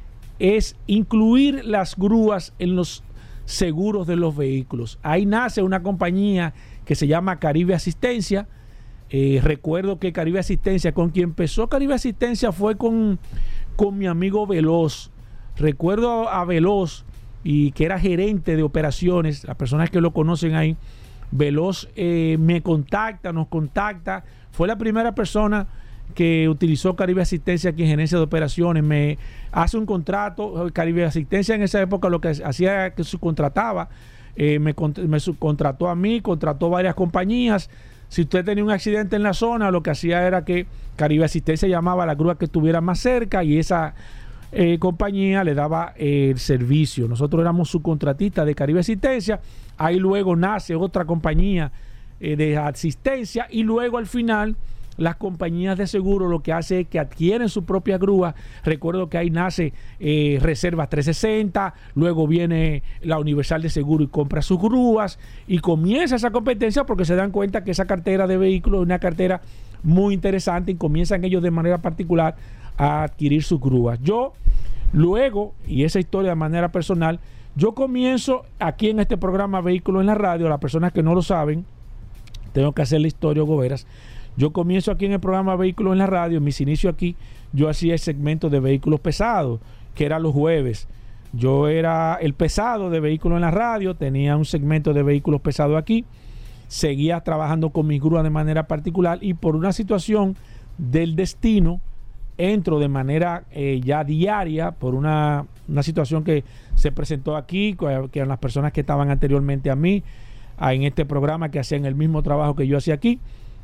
es incluir las grúas en los seguros de los vehículos. Ahí nace una compañía que se llama Caribe Asistencia. Eh, recuerdo que Caribe Asistencia, con quien empezó Caribe Asistencia fue con, con mi amigo Veloz. Recuerdo a Veloz, y que era gerente de operaciones, las personas que lo conocen ahí. Veloz eh, me contacta, nos contacta. Fue la primera persona que utilizó Caribe Asistencia aquí en gerencia de operaciones. Me hace un contrato. Caribe Asistencia en esa época lo que hacía era que subcontrataba. Eh, me, me subcontrató a mí, contrató varias compañías. Si usted tenía un accidente en la zona, lo que hacía era que Caribe Asistencia llamaba a la grúa que estuviera más cerca, y esa eh, compañía le daba eh, el servicio. Nosotros éramos subcontratistas de Caribe Asistencia. Ahí luego nace otra compañía eh, de asistencia, y luego al final las compañías de seguro lo que hace es que adquieren su propia grúa. Recuerdo que ahí nace eh, Reservas trescientos sesenta, luego viene la Universal de Seguro y compra sus grúas, y comienza esa competencia porque se dan cuenta que esa cartera de vehículos es una cartera muy interesante, y comienzan ellos de manera particular a adquirir sus grúas. Yo luego, y esa historia de manera personal, yo comienzo aquí en este programa Vehículos en la Radio. Las personas que no lo saben, tengo que hacer la historia, Goberas. Yo comienzo aquí en el programa Vehículos en la Radio. En mis inicios aquí, yo hacía el segmento de vehículos pesados, que era los jueves. Yo era el pesado de Vehículos en la Radio, tenía un segmento de vehículos pesados aquí. Seguía trabajando con mis grúas de manera particular, y por una situación del destino, entro de manera eh, ya diaria, por una, una situación que se presentó aquí, que eran las personas que estaban anteriormente a mí, a, en este programa, que hacían el mismo trabajo que yo hacía aquí.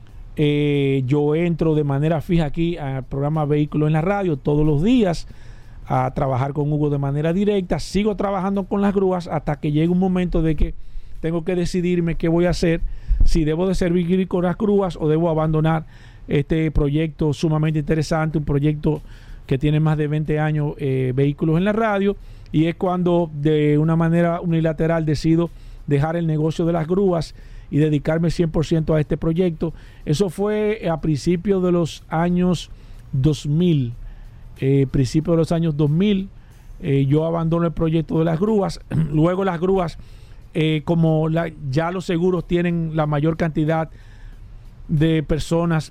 Eh, yo entro de manera fija aquí al programa Vehículos en la Radio todos los días a trabajar con Hugo de manera directa. Sigo trabajando con las grúas hasta que llega un momento de que tengo que decidirme qué voy a hacer, si debo de servir con las grúas o debo abandonar este proyecto sumamente interesante, un proyecto que tiene más de veinte años, eh, Vehículos en la Radio, y es cuando de una manera unilateral decido dejar el negocio de las grúas y dedicarme cien por ciento a este proyecto. Eso fue a principios de los años dos mil. Eh, principios de los años dos mil, eh, yo abandono el proyecto de las grúas. Luego las grúas, eh, como la, ya los seguros tienen la mayor cantidad de personas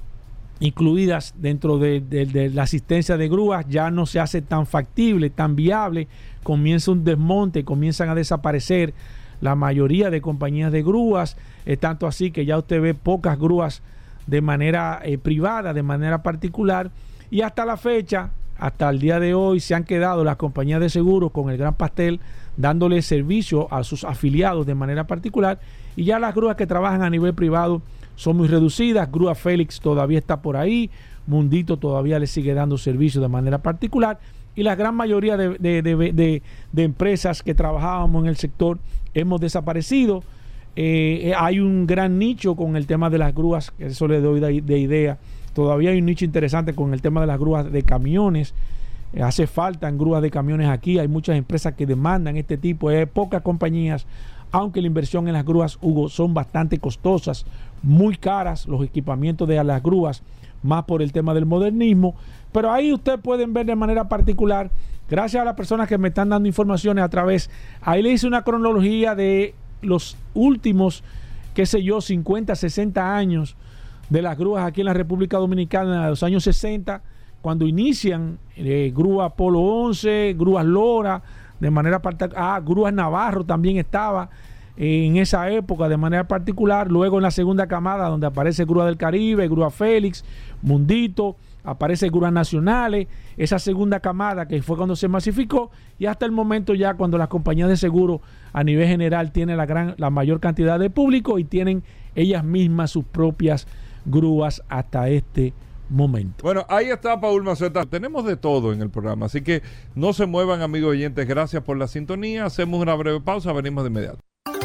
incluidas dentro de, de, de la asistencia de grúas, ya no se hace tan factible, tan viable. Comienza un desmonte, comienzan a desaparecer la mayoría de compañías de grúas. Es tanto así que ya usted ve pocas grúas de manera eh, privada, de manera particular, y hasta la fecha, hasta el día de hoy, se han quedado las compañías de seguros con el gran pastel, dándole servicio a sus afiliados de manera particular, y ya las grúas que trabajan a nivel privado son muy reducidas. Grúa Félix todavía está por ahí, Mundito todavía le sigue dando servicio de manera particular, y la gran mayoría de, de, de, de, de empresas que trabajábamos en el sector hemos desaparecido. Eh, hay un gran nicho con el tema de las grúas, eso le doy de, de idea. Todavía hay un nicho interesante con el tema de las grúas de camiones, Eh, hace falta en grúas de camiones aquí. Hay muchas empresas que demandan este tipo. Hay pocas compañías, aunque la inversión en las grúas, Hugo, son bastante costosas, muy caras los equipamientos de las grúas, más por el tema del modernismo. Pero ahí ustedes pueden ver de manera particular, gracias a las personas que me están dando informaciones a través, ahí le hice una cronología de los últimos, qué sé yo, cincuenta, sesenta años de las grúas aquí en la República Dominicana, de los años sesenta, cuando inician eh, grúa Apolo once, grúas Lora, de manera particular, ah, grúas Navarro también estaba eh, en esa época de manera particular. Luego en la segunda camada, donde aparece Grúa del Caribe, Grúa Félix, Mundito, aparece Grúas Nacionales, esa segunda camada que fue cuando se masificó, y hasta el momento ya cuando las compañías de seguro a nivel general tienen la, gran, la mayor cantidad de público y tienen ellas mismas sus propias grúas hasta este momento. Bueno, ahí está Paul Maceta. Tenemos de todo en el programa, así que no se muevan, amigos oyentes. Gracias por la sintonía. Hacemos una breve pausa, venimos de inmediato.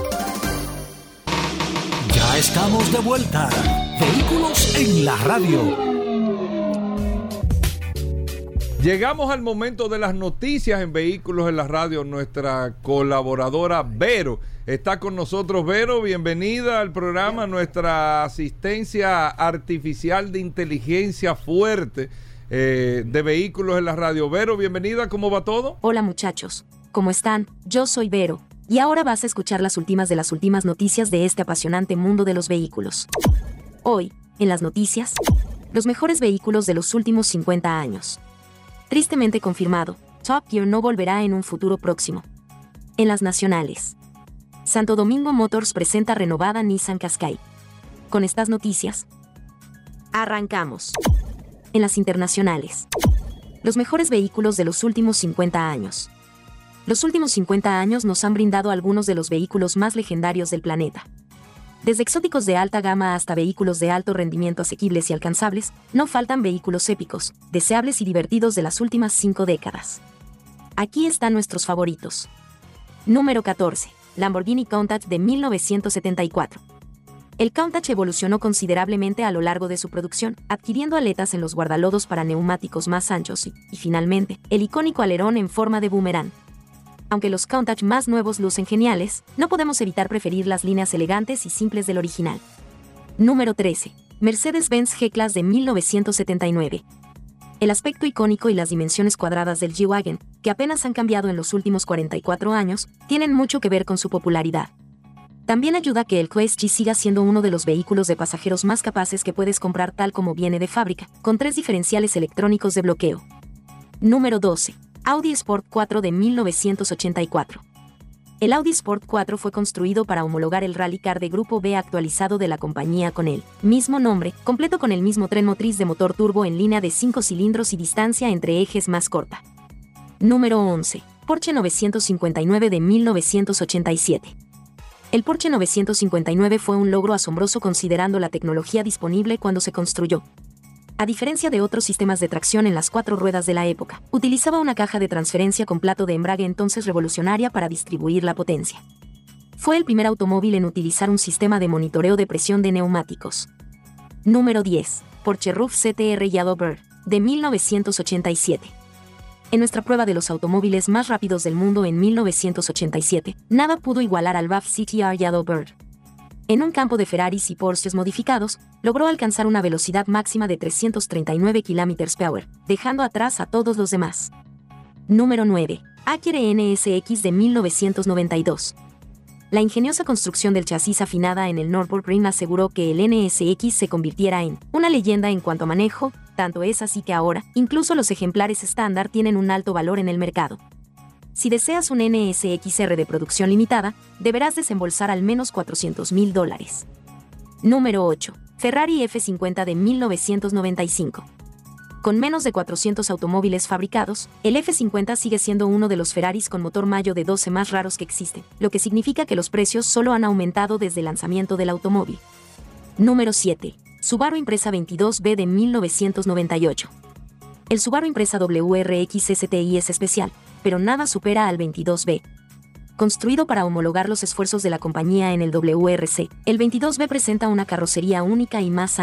Ya estamos de vuelta. Vehículos en la radio. Llegamos al momento de las noticias en Vehículos en la Radio. Nuestra colaboradora Vero está con nosotros. Vero, bienvenida al programa, nuestra asistencia artificial de inteligencia fuerte eh, de Vehículos en la Radio. Vero, bienvenida, ¿cómo va todo? Hola muchachos, ¿cómo están? Yo soy Vero, y ahora vas a escuchar las últimas de las últimas noticias de este apasionante mundo de los vehículos. Hoy, en las noticias, los mejores vehículos de los últimos cincuenta años. Tristemente confirmado, Top Gear no volverá en un futuro próximo. En las nacionales, Santo Domingo Motors presenta renovada Nissan Qashqai. Con estas noticias, arrancamos. En las internacionales, los mejores vehículos de los últimos cincuenta años. Los últimos cincuenta años nos han brindado algunos de los vehículos más legendarios del planeta. Desde exóticos de alta gama hasta vehículos de alto rendimiento asequibles y alcanzables, no faltan vehículos épicos, deseables y divertidos de las últimas cinco décadas. Aquí están nuestros favoritos. Número catorce. Lamborghini Countach de mil novecientos setenta y cuatro. El Countach evolucionó considerablemente a lo largo de su producción, adquiriendo aletas en los guardalodos para neumáticos más anchos y, y finalmente, el icónico alerón en forma de boomerang. Aunque los Countach más nuevos lucen geniales, no podemos evitar preferir las líneas elegantes y simples del original. Número trece. Mercedes-Benz G-Class de mil novecientos setenta y nueve. El aspecto icónico y las dimensiones cuadradas del G-Wagon, que apenas han cambiado en los últimos cuarenta y cuatro años, tienen mucho que ver con su popularidad. También ayuda que el Q S G siga siendo uno de los vehículos de pasajeros más capaces que puedes comprar tal como viene de fábrica, con tres diferenciales electrónicos de bloqueo. Número doce. Audi Sport cuatro de mil novecientos ochenta y cuatro. El Audi Sport cuatro fue construido para homologar el Rally Car de Grupo B actualizado de la compañía con el mismo nombre, completo con el mismo tren motriz de motor turbo en línea de cinco cilindros y distancia entre ejes más corta. Número once. Porsche novecientos cincuenta y nueve de mil novecientos ochenta y siete. El Porsche novecientos cincuenta y nueve fue un logro asombroso considerando la tecnología disponible cuando se construyó. A diferencia de otros sistemas de tracción en las cuatro ruedas de la época, utilizaba una caja de transferencia con plato de embrague entonces revolucionaria para distribuir la potencia. Fue el primer automóvil en utilizar un sistema de monitoreo de presión de neumáticos. Número diez. Porsche Roof C T R Yellowbird, de mil novecientos ochenta y siete. En nuestra prueba de los automóviles más rápidos del mundo en mil novecientos ochenta y siete, nada pudo igualar al B A F C T R Yellowbird. En un campo de Ferraris y Porsches modificados, logró alcanzar una velocidad máxima de trescientos treinta y nueve kilómetros por hora, dejando atrás a todos los demás. Número nueve. Acura N S X de mil novecientos noventa y dos. La ingeniosa construcción del chasis afinada en el Nürburgring aseguró que el N S X se convirtiera en una leyenda en cuanto a manejo, tanto es así que ahora, incluso los ejemplares estándar tienen un alto valor en el mercado. Si deseas un N S X R de producción limitada, deberás desembolsar al menos cuatrocientos mil dólares. Número ocho. Ferrari F cincuenta de mil novecientos noventa y cinco. Con menos de cuatrocientos automóviles fabricados, el F cincuenta sigue siendo uno de los Ferraris con motor Mayo de doce más raros que existen, lo que significa que los precios solo han aumentado desde el lanzamiento del automóvil. Número siete. Subaru Impreza veintidós B de mil novecientos noventa y ocho. El Subaru Impreza W R X S T I es especial, pero nada supera al veintidós B. Construido para homologar los esfuerzos de la compañía en el W R C, el veintidós B presenta una carrocería única y más ancha,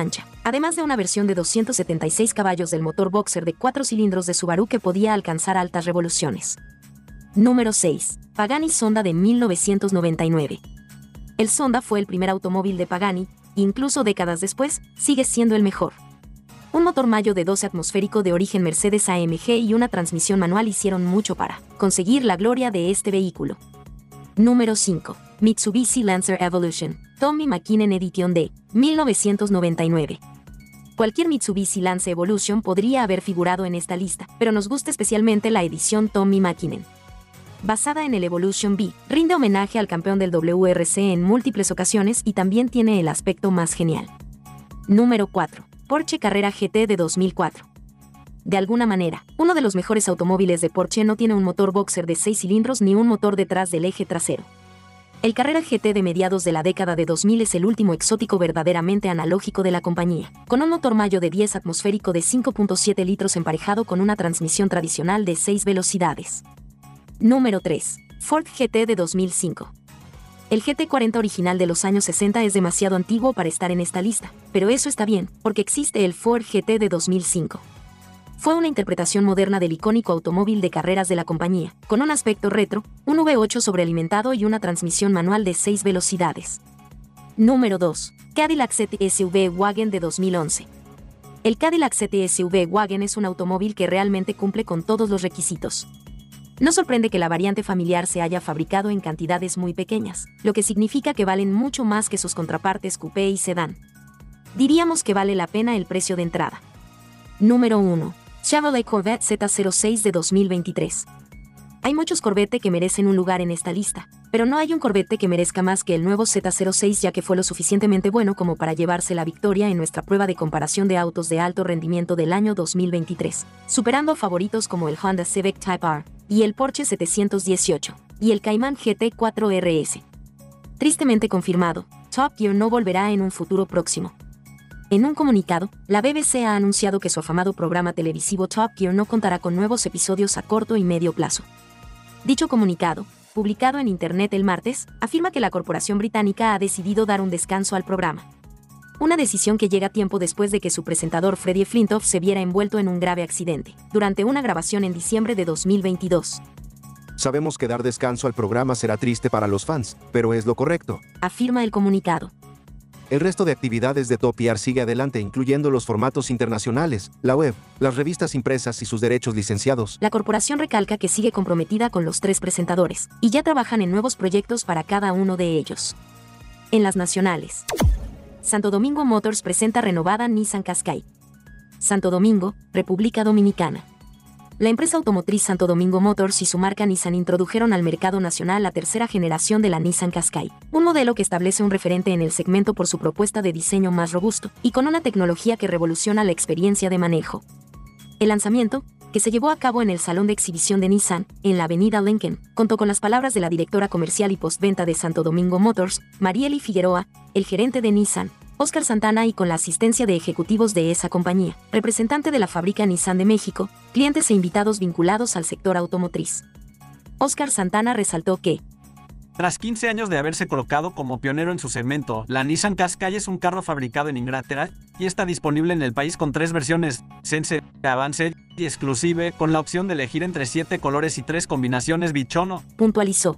además de una versión de doscientos setenta y seis caballos del motor boxer de cuatro cilindros de Subaru que podía alcanzar altas revoluciones. Número seis. Pagani Zonda de mil novecientos noventa y nueve. El Zonda fue el primer automóvil de Pagani, e incluso décadas después, sigue siendo el mejor. Un motor Mayo de doce atmosférico de origen Mercedes A M G y una transmisión manual hicieron mucho para conseguir la gloria de este vehículo. Número cinco. Mitsubishi Lancer Evolution, Tommy Mäkinen Edition de mil novecientos noventa y nueve. Cualquier Mitsubishi Lancer Evolution podría haber figurado en esta lista, pero nos gusta especialmente la edición Tommy Mäkinen. Basada en el Evolution B, rinde homenaje al campeón del W R C en múltiples ocasiones y también tiene el aspecto más genial. Número cuatro. Porsche Carrera G T de dos mil cuatro. De alguna manera, uno de los mejores automóviles de Porsche no tiene un motor boxer de seis cilindros ni un motor detrás del eje trasero. El Carrera G T de mediados de la década de dos mil es el último exótico verdaderamente analógico de la compañía, con un motor Mayo de diez atmosférico de cinco punto siete litros emparejado con una transmisión tradicional de seis velocidades. Número tres. Ford G T de dos mil cinco. El G T cuarenta original de los años sesenta es demasiado antiguo para estar en esta lista, pero eso está bien, porque existe el Ford G T de dos mil cinco. Fue una interpretación moderna del icónico automóvil de carreras de la compañía, con un aspecto retro, un V ocho sobrealimentado y una transmisión manual de seis velocidades. Número dos. Cadillac C T S V Wagon de dos mil once. El Cadillac C T S V Wagon es un automóvil que realmente cumple con todos los requisitos. No sorprende que la variante familiar se haya fabricado en cantidades muy pequeñas, lo que significa que valen mucho más que sus contrapartes coupé y sedán. Diríamos que vale la pena el precio de entrada. Número uno. Chevrolet Corvette Z cero seis de dos mil veintitrés. Hay muchos Corvette que merecen un lugar en esta lista, pero no hay un Corvette que merezca más que el nuevo Z cero seis ya que fue lo suficientemente bueno como para llevarse la victoria en nuestra prueba de comparación de autos de alto rendimiento del año dos mil veintitrés, superando a favoritos como el Honda Civic Type R, y el Porsche setecientos dieciocho, y el Cayman G T cuatro R S. Tristemente confirmado, Top Gear no volverá en un futuro próximo. En un comunicado, la B B C ha anunciado que su afamado programa televisivo Top Gear no contará con nuevos episodios a corto y medio plazo. Dicho comunicado, publicado en Internet el martes, afirma que la corporación británica ha decidido dar un descanso al programa. Una decisión que llega tiempo después de que su presentador Freddie Flintoff se viera envuelto en un grave accidente, durante una grabación en diciembre de dos mil veintidós. Sabemos que dar descanso al programa será triste para los fans, pero es lo correcto, afirma el comunicado. El resto de actividades de Top Gear sigue adelante, incluyendo los formatos internacionales, la web, las revistas impresas y sus derechos licenciados. La corporación recalca que sigue comprometida con los tres presentadores, y ya trabajan en nuevos proyectos para cada uno de ellos. En las nacionales. Santo Domingo Motors presenta renovada Nissan Qashqai. Santo Domingo, República Dominicana. La empresa automotriz Santo Domingo Motors y su marca Nissan introdujeron al mercado nacional la tercera generación de la Nissan Qashqai, un modelo que establece un referente en el segmento por su propuesta de diseño más robusto y con una tecnología que revoluciona la experiencia de manejo. El lanzamiento, que se llevó a cabo en el Salón de Exhibición de Nissan, en la avenida Lincoln, contó con las palabras de la directora comercial y postventa de Santo Domingo Motors, Marieli Figueroa, el gerente de Nissan, Óscar Santana y con la asistencia de ejecutivos de esa compañía, representante de la fábrica Nissan de México, clientes e invitados vinculados al sector automotriz. Óscar Santana resaltó que, tras quince años de haberse colocado como pionero en su segmento, la Nissan Qashqai es un carro fabricado en Inglaterra y está disponible en el país con tres versiones, Sense, Advanced y Exclusive, con la opción de elegir entre siete colores y tres combinaciones bichono. Puntualizó.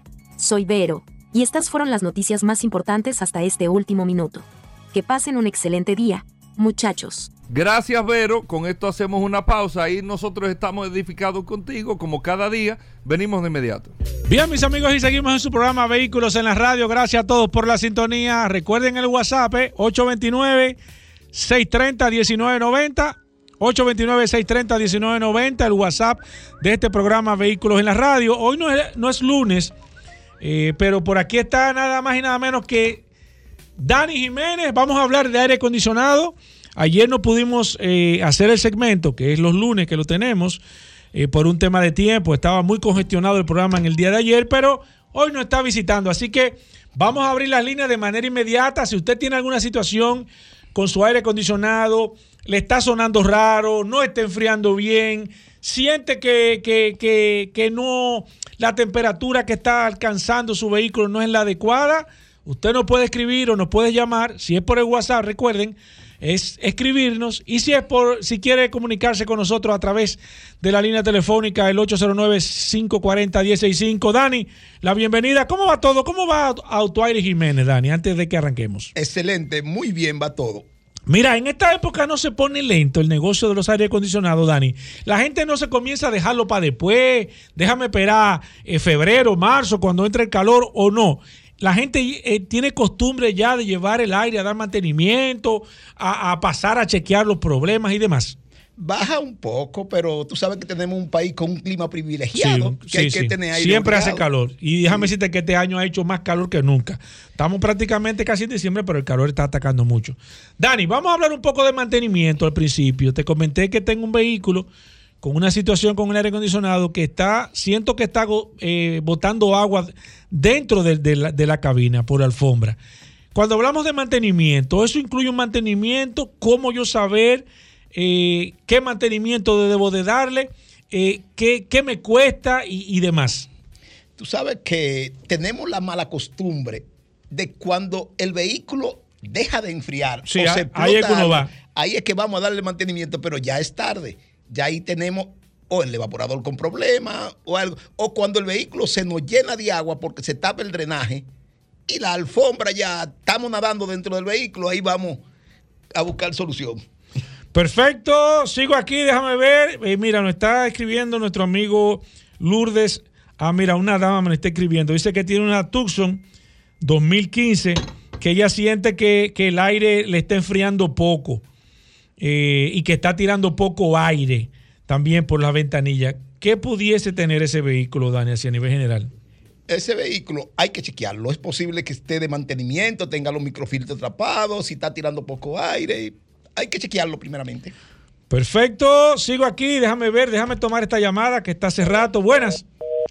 Soy Vero, y estas fueron las noticias más importantes hasta este último minuto. Que pasen un excelente día, muchachos. Gracias, Vero. Con esto hacemos una pausa y nosotros estamos edificados contigo como cada día. Venimos de inmediato. Bien, mis amigos, y seguimos en su programa Vehículos en la Radio. Gracias a todos por la sintonía. Recuerden el WhatsApp, eh, ocho dos nueve, seis tres cero, uno nueve nueve cero. ocho dos nueve, seis tres cero, uno nueve nueve cero, el WhatsApp de este programa Vehículos en la Radio. Hoy no es, no es lunes, eh, pero por aquí está nada más y nada menos que Dani Jiménez. Vamos a hablar de aire acondicionado. Ayer no pudimos eh, hacer el segmento, que es los lunes que lo tenemos, eh, por un tema de tiempo. Estaba muy congestionado el programa en el día de ayer, pero hoy nos está visitando. Así que vamos a abrir las líneas de manera inmediata. Si usted tiene alguna situación con su aire acondicionado, le está sonando raro, no está enfriando bien, siente que, que, que, que no, la temperatura que está alcanzando su vehículo no es la adecuada, usted nos puede escribir o nos puede llamar. Si es por el WhatsApp, recuerden, es escribirnos, y si es por si quiere comunicarse con nosotros a través de la línea telefónica el ocho cero nueve, cinco cuatro cero, uno cero seis cinco. Dani, la bienvenida. ¿Cómo va todo? ¿Cómo va Autoaire Jiménez, Dani, antes de que arranquemos? Excelente, muy bien va todo. Mira, en esta época no se pone lento el negocio de los aire acondicionados, Dani. La gente no se comienza a dejarlo para después, déjame esperar eh, febrero, marzo, cuando entre el calor o no. La gente eh, tiene costumbre ya de llevar el aire a dar mantenimiento, a, a pasar a chequear los problemas y demás. Baja un poco, pero tú sabes que tenemos un país con un clima privilegiado, Sí, que sí, hay sí. que tener aire Siempre hace obligado. calor. Y déjame Sí. decirte que este año ha hecho más calor que nunca. Estamos prácticamente casi en diciembre, pero el calor está atacando mucho. Dani, vamos a hablar un poco de mantenimiento al principio. Te comenté que tengo un vehículo con una situación con el aire acondicionado que está, siento que está eh, botando agua dentro de, de, la, de la cabina por alfombra. Cuando hablamos de mantenimiento, eso incluye un mantenimiento, cómo yo saber eh, qué mantenimiento debo de darle, eh, qué, qué me cuesta y, y demás. Tú sabes que tenemos la mala costumbre de cuando el vehículo deja de enfriar Sí, o a- se ahí explota es que uno algo, va. ahí es que vamos a darle mantenimiento, pero ya es tarde. Ya ahí tenemos o el evaporador con problemas o algo, o cuando el vehículo se nos llena de agua porque se tapa el drenaje y la alfombra ya estamos nadando dentro del vehículo, ahí vamos a buscar solución. Perfecto, sigo aquí, déjame ver. Eh, mira, nos está escribiendo nuestro amigo Lourdes. Ah, mira, una dama me lo está escribiendo. Dice que tiene una Tucson dos mil quince, que ella siente que, que el aire le está enfriando poco eh, y que está tirando poco aire también por las ventanillas. ¿Qué pudiese tener ese vehículo, Dani, así a nivel general? Ese vehículo hay que chequearlo. Es posible que esté de mantenimiento, tenga los microfiltros atrapados, si está tirando poco aire. Hay que chequearlo primeramente. Perfecto, sigo aquí, déjame ver, déjame tomar esta llamada que está hace rato. Buenas.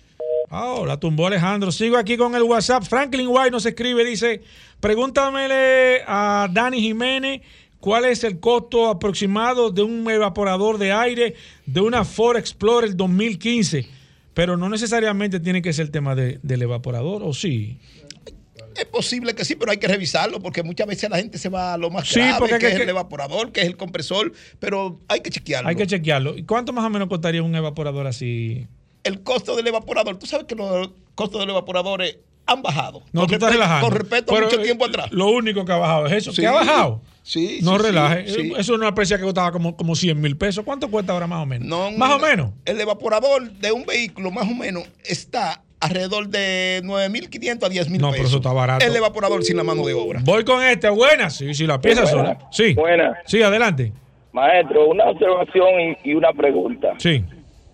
Oh, la tumbó Alejandro. Sigo aquí con el WhatsApp. Franklin White nos escribe, dice, pregúntamele a Dani Jiménez cuál es el costo aproximado de un evaporador de aire de una Ford Explorer dos mil quince. Pero no necesariamente tiene que ser el tema de, del evaporador, ¿o sí? Es posible que sí, pero hay que revisarlo porque muchas veces la gente se va a lo más Sí, grave, porque que, que- es que- el evaporador, que es el compresor, pero hay que chequearlo. Hay que chequearlo. ¿Y cuánto más o menos costaría un evaporador así? El costo del evaporador, tú sabes que los costos de los evaporadores han bajado. No, con tú estás respecto- relajando. Con respecto a Pero, mucho eh, tiempo atrás. Lo único que ha bajado es eso. Sí. ¿Qué ha bajado? Sí, No sí, relaje. sí, sí. Eso es una precio que costaba como, como cien mil pesos. ¿Cuánto cuesta ahora más o menos? No, más o menos. El evaporador de un vehículo más o menos está alrededor de nueve mil quinientos a diez mil No, pesos. pero eso está barato. El evaporador sin la mano de obra. Voy con este. Buenas. Sí, sí, la pieza Sí, buena. sola. Sí. Buena. Sí, adelante. Maestro, una observación y, y una pregunta. Sí.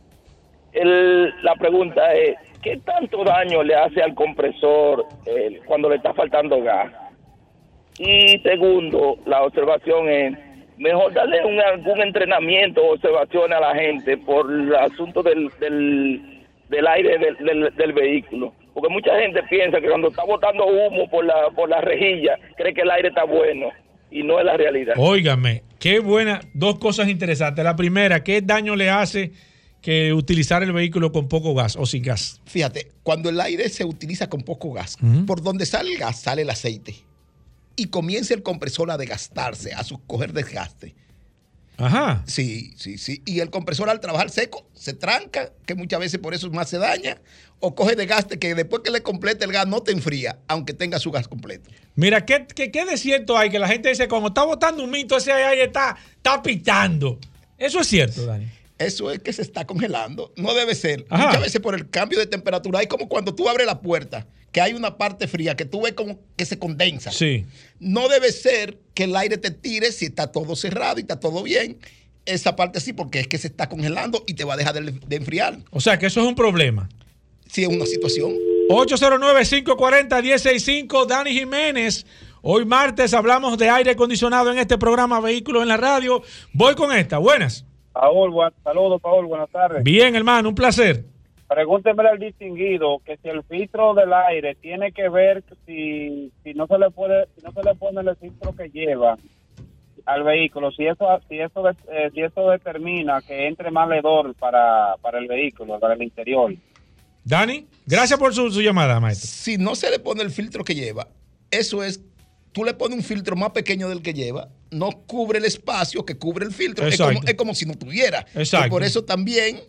El, la pregunta es, ¿qué tanto daño le hace al compresor eh, cuando le está faltando gas? Y segundo, la observación es, mejor darle un, algún entrenamiento o observación a la gente por el asunto del, del, del aire del, del, del vehículo. Porque mucha gente piensa que cuando está botando humo por la, por la rejilla, cree que el aire está bueno y no es la realidad. Óigame, qué buena. Dos cosas interesantes. La primera, ¿qué daño le hace que utilizar el vehículo con poco gas o sin gas? Fíjate, cuando el aire se utiliza con poco gas, Ujú. por donde sale el gas, sale el aceite. Y comienza el compresor a desgastarse, a su- coger desgaste. Ajá. Sí, sí, sí. Y el compresor al trabajar seco se tranca, que muchas veces por eso más se daña, o coge desgaste que después que le complete el gas no te enfría, aunque tenga su gas completo. Mira, ¿qué, qué, qué de cierto hay? Que la gente dice, como está botando un mito, ese aire está, está pitando. Eso es cierto, Dani. Eso es que se está congelando. No debe ser. Ajá. Muchas veces por el cambio de temperatura, hay como cuando tú abres la puerta, que hay una parte fría que tú ves como que se condensa. Sí. No debe ser que el aire te tire si está todo cerrado y está todo bien. Esa parte sí, porque es que se está congelando y te va a dejar de, de enfriar. O sea, que eso es un problema. Si es una situación. ocho cero nueve, cinco cuatro cero, uno cero seis cinco, Dani Jiménez. Hoy martes hablamos de aire acondicionado en este programa Vehículos en la Radio. Voy con esta. Buenas. Paul, buen, saludos, Paul, buenas tardes. Bien, hermano, un placer. Pregúnteme al distinguido que si el filtro del aire tiene que ver si, si no se le puede, si no se le pone el filtro que lleva al vehículo, si eso, si eso, eh, si eso determina que entre más hedor para, para el vehículo, para el interior. Dani, gracias por su, su llamada, maestro. Si no se le pone el filtro que lleva, eso es, tú le pones un filtro más pequeño del que lleva no cubre el espacio que cubre el filtro. Es Exacto. como, es como si no tuviera. Exacto. Y por eso también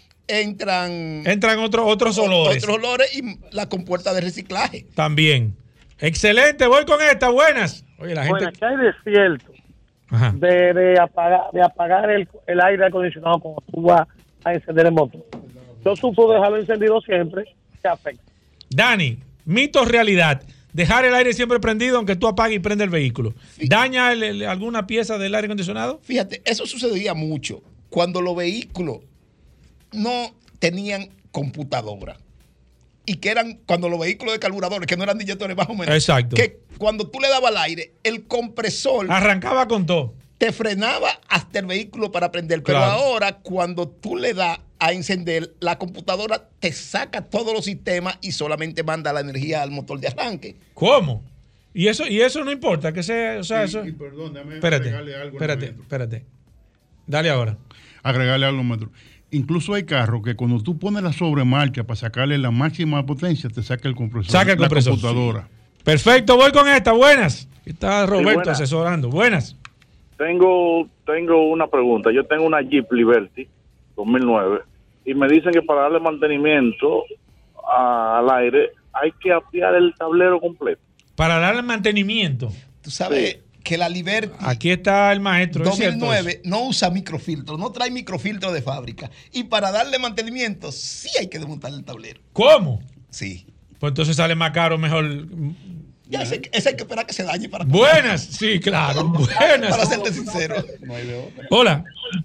entran, Entran otros otros olores. otros olores y la compuerta de reciclaje. También. Excelente, voy con esta. Buenas. Oye, la gente. Bueno, ¿qué hay de cierto Ajá. de, de apagar, de apagar el, el aire acondicionado cuando tú vas a encender el motor? Yo sufro de dejarlo encendido siempre, te afecta. Dani, mito o realidad. Dejar el aire siempre prendido aunque tú apagues y prende el vehículo. ¿Daña el- el- alguna pieza del aire acondicionado? Fíjate, eso sucedía mucho cuando los vehículos no tenían computadora. Y que eran cuando los vehículos de carburadores, que no eran inyectores más o menos. Exacto. Que cuando tú le dabas al aire, el compresor Arrancaba con todo. te frenaba hasta el vehículo para prender. Pero Claro. ahora, cuando tú le das a encender, la computadora te saca todos los sistemas y solamente manda la energía al motor de arranque. ¿Cómo? Y eso, y eso no importa, que sea, o sea, Y- eso. y perdón, déjame espérate, agregarle algo al espérate, maestro. espérate. Dale ahora. Agregarle algo, maestro. Incluso hay carros que cuando tú pones la sobremarcha para sacarle la máxima potencia, te saca el compresor. Saca el la compresor. computadora. Perfecto, voy con esta. Buenas. Está Roberto buenas. asesorando. Buenas. Tengo, tengo una pregunta. Yo tengo una Jeep Liberty dos mil nueve y me dicen que para darle mantenimiento a- al aire hay que apiar el tablero completo. Para darle mantenimiento. Tú sabes que la Liberty Aquí está el maestro. ¿es cierto eso? dos mil nueve no usa microfiltro, no trae microfiltro de fábrica. Y para darle mantenimiento, sí hay que desmontar el tablero. ¿Cómo? Sí. Pues entonces sale más caro, mejor. Ya ese, ese hay que esperar que se dañe para Buenas, sí, claro. Buenas. Para serte sincero. Hola.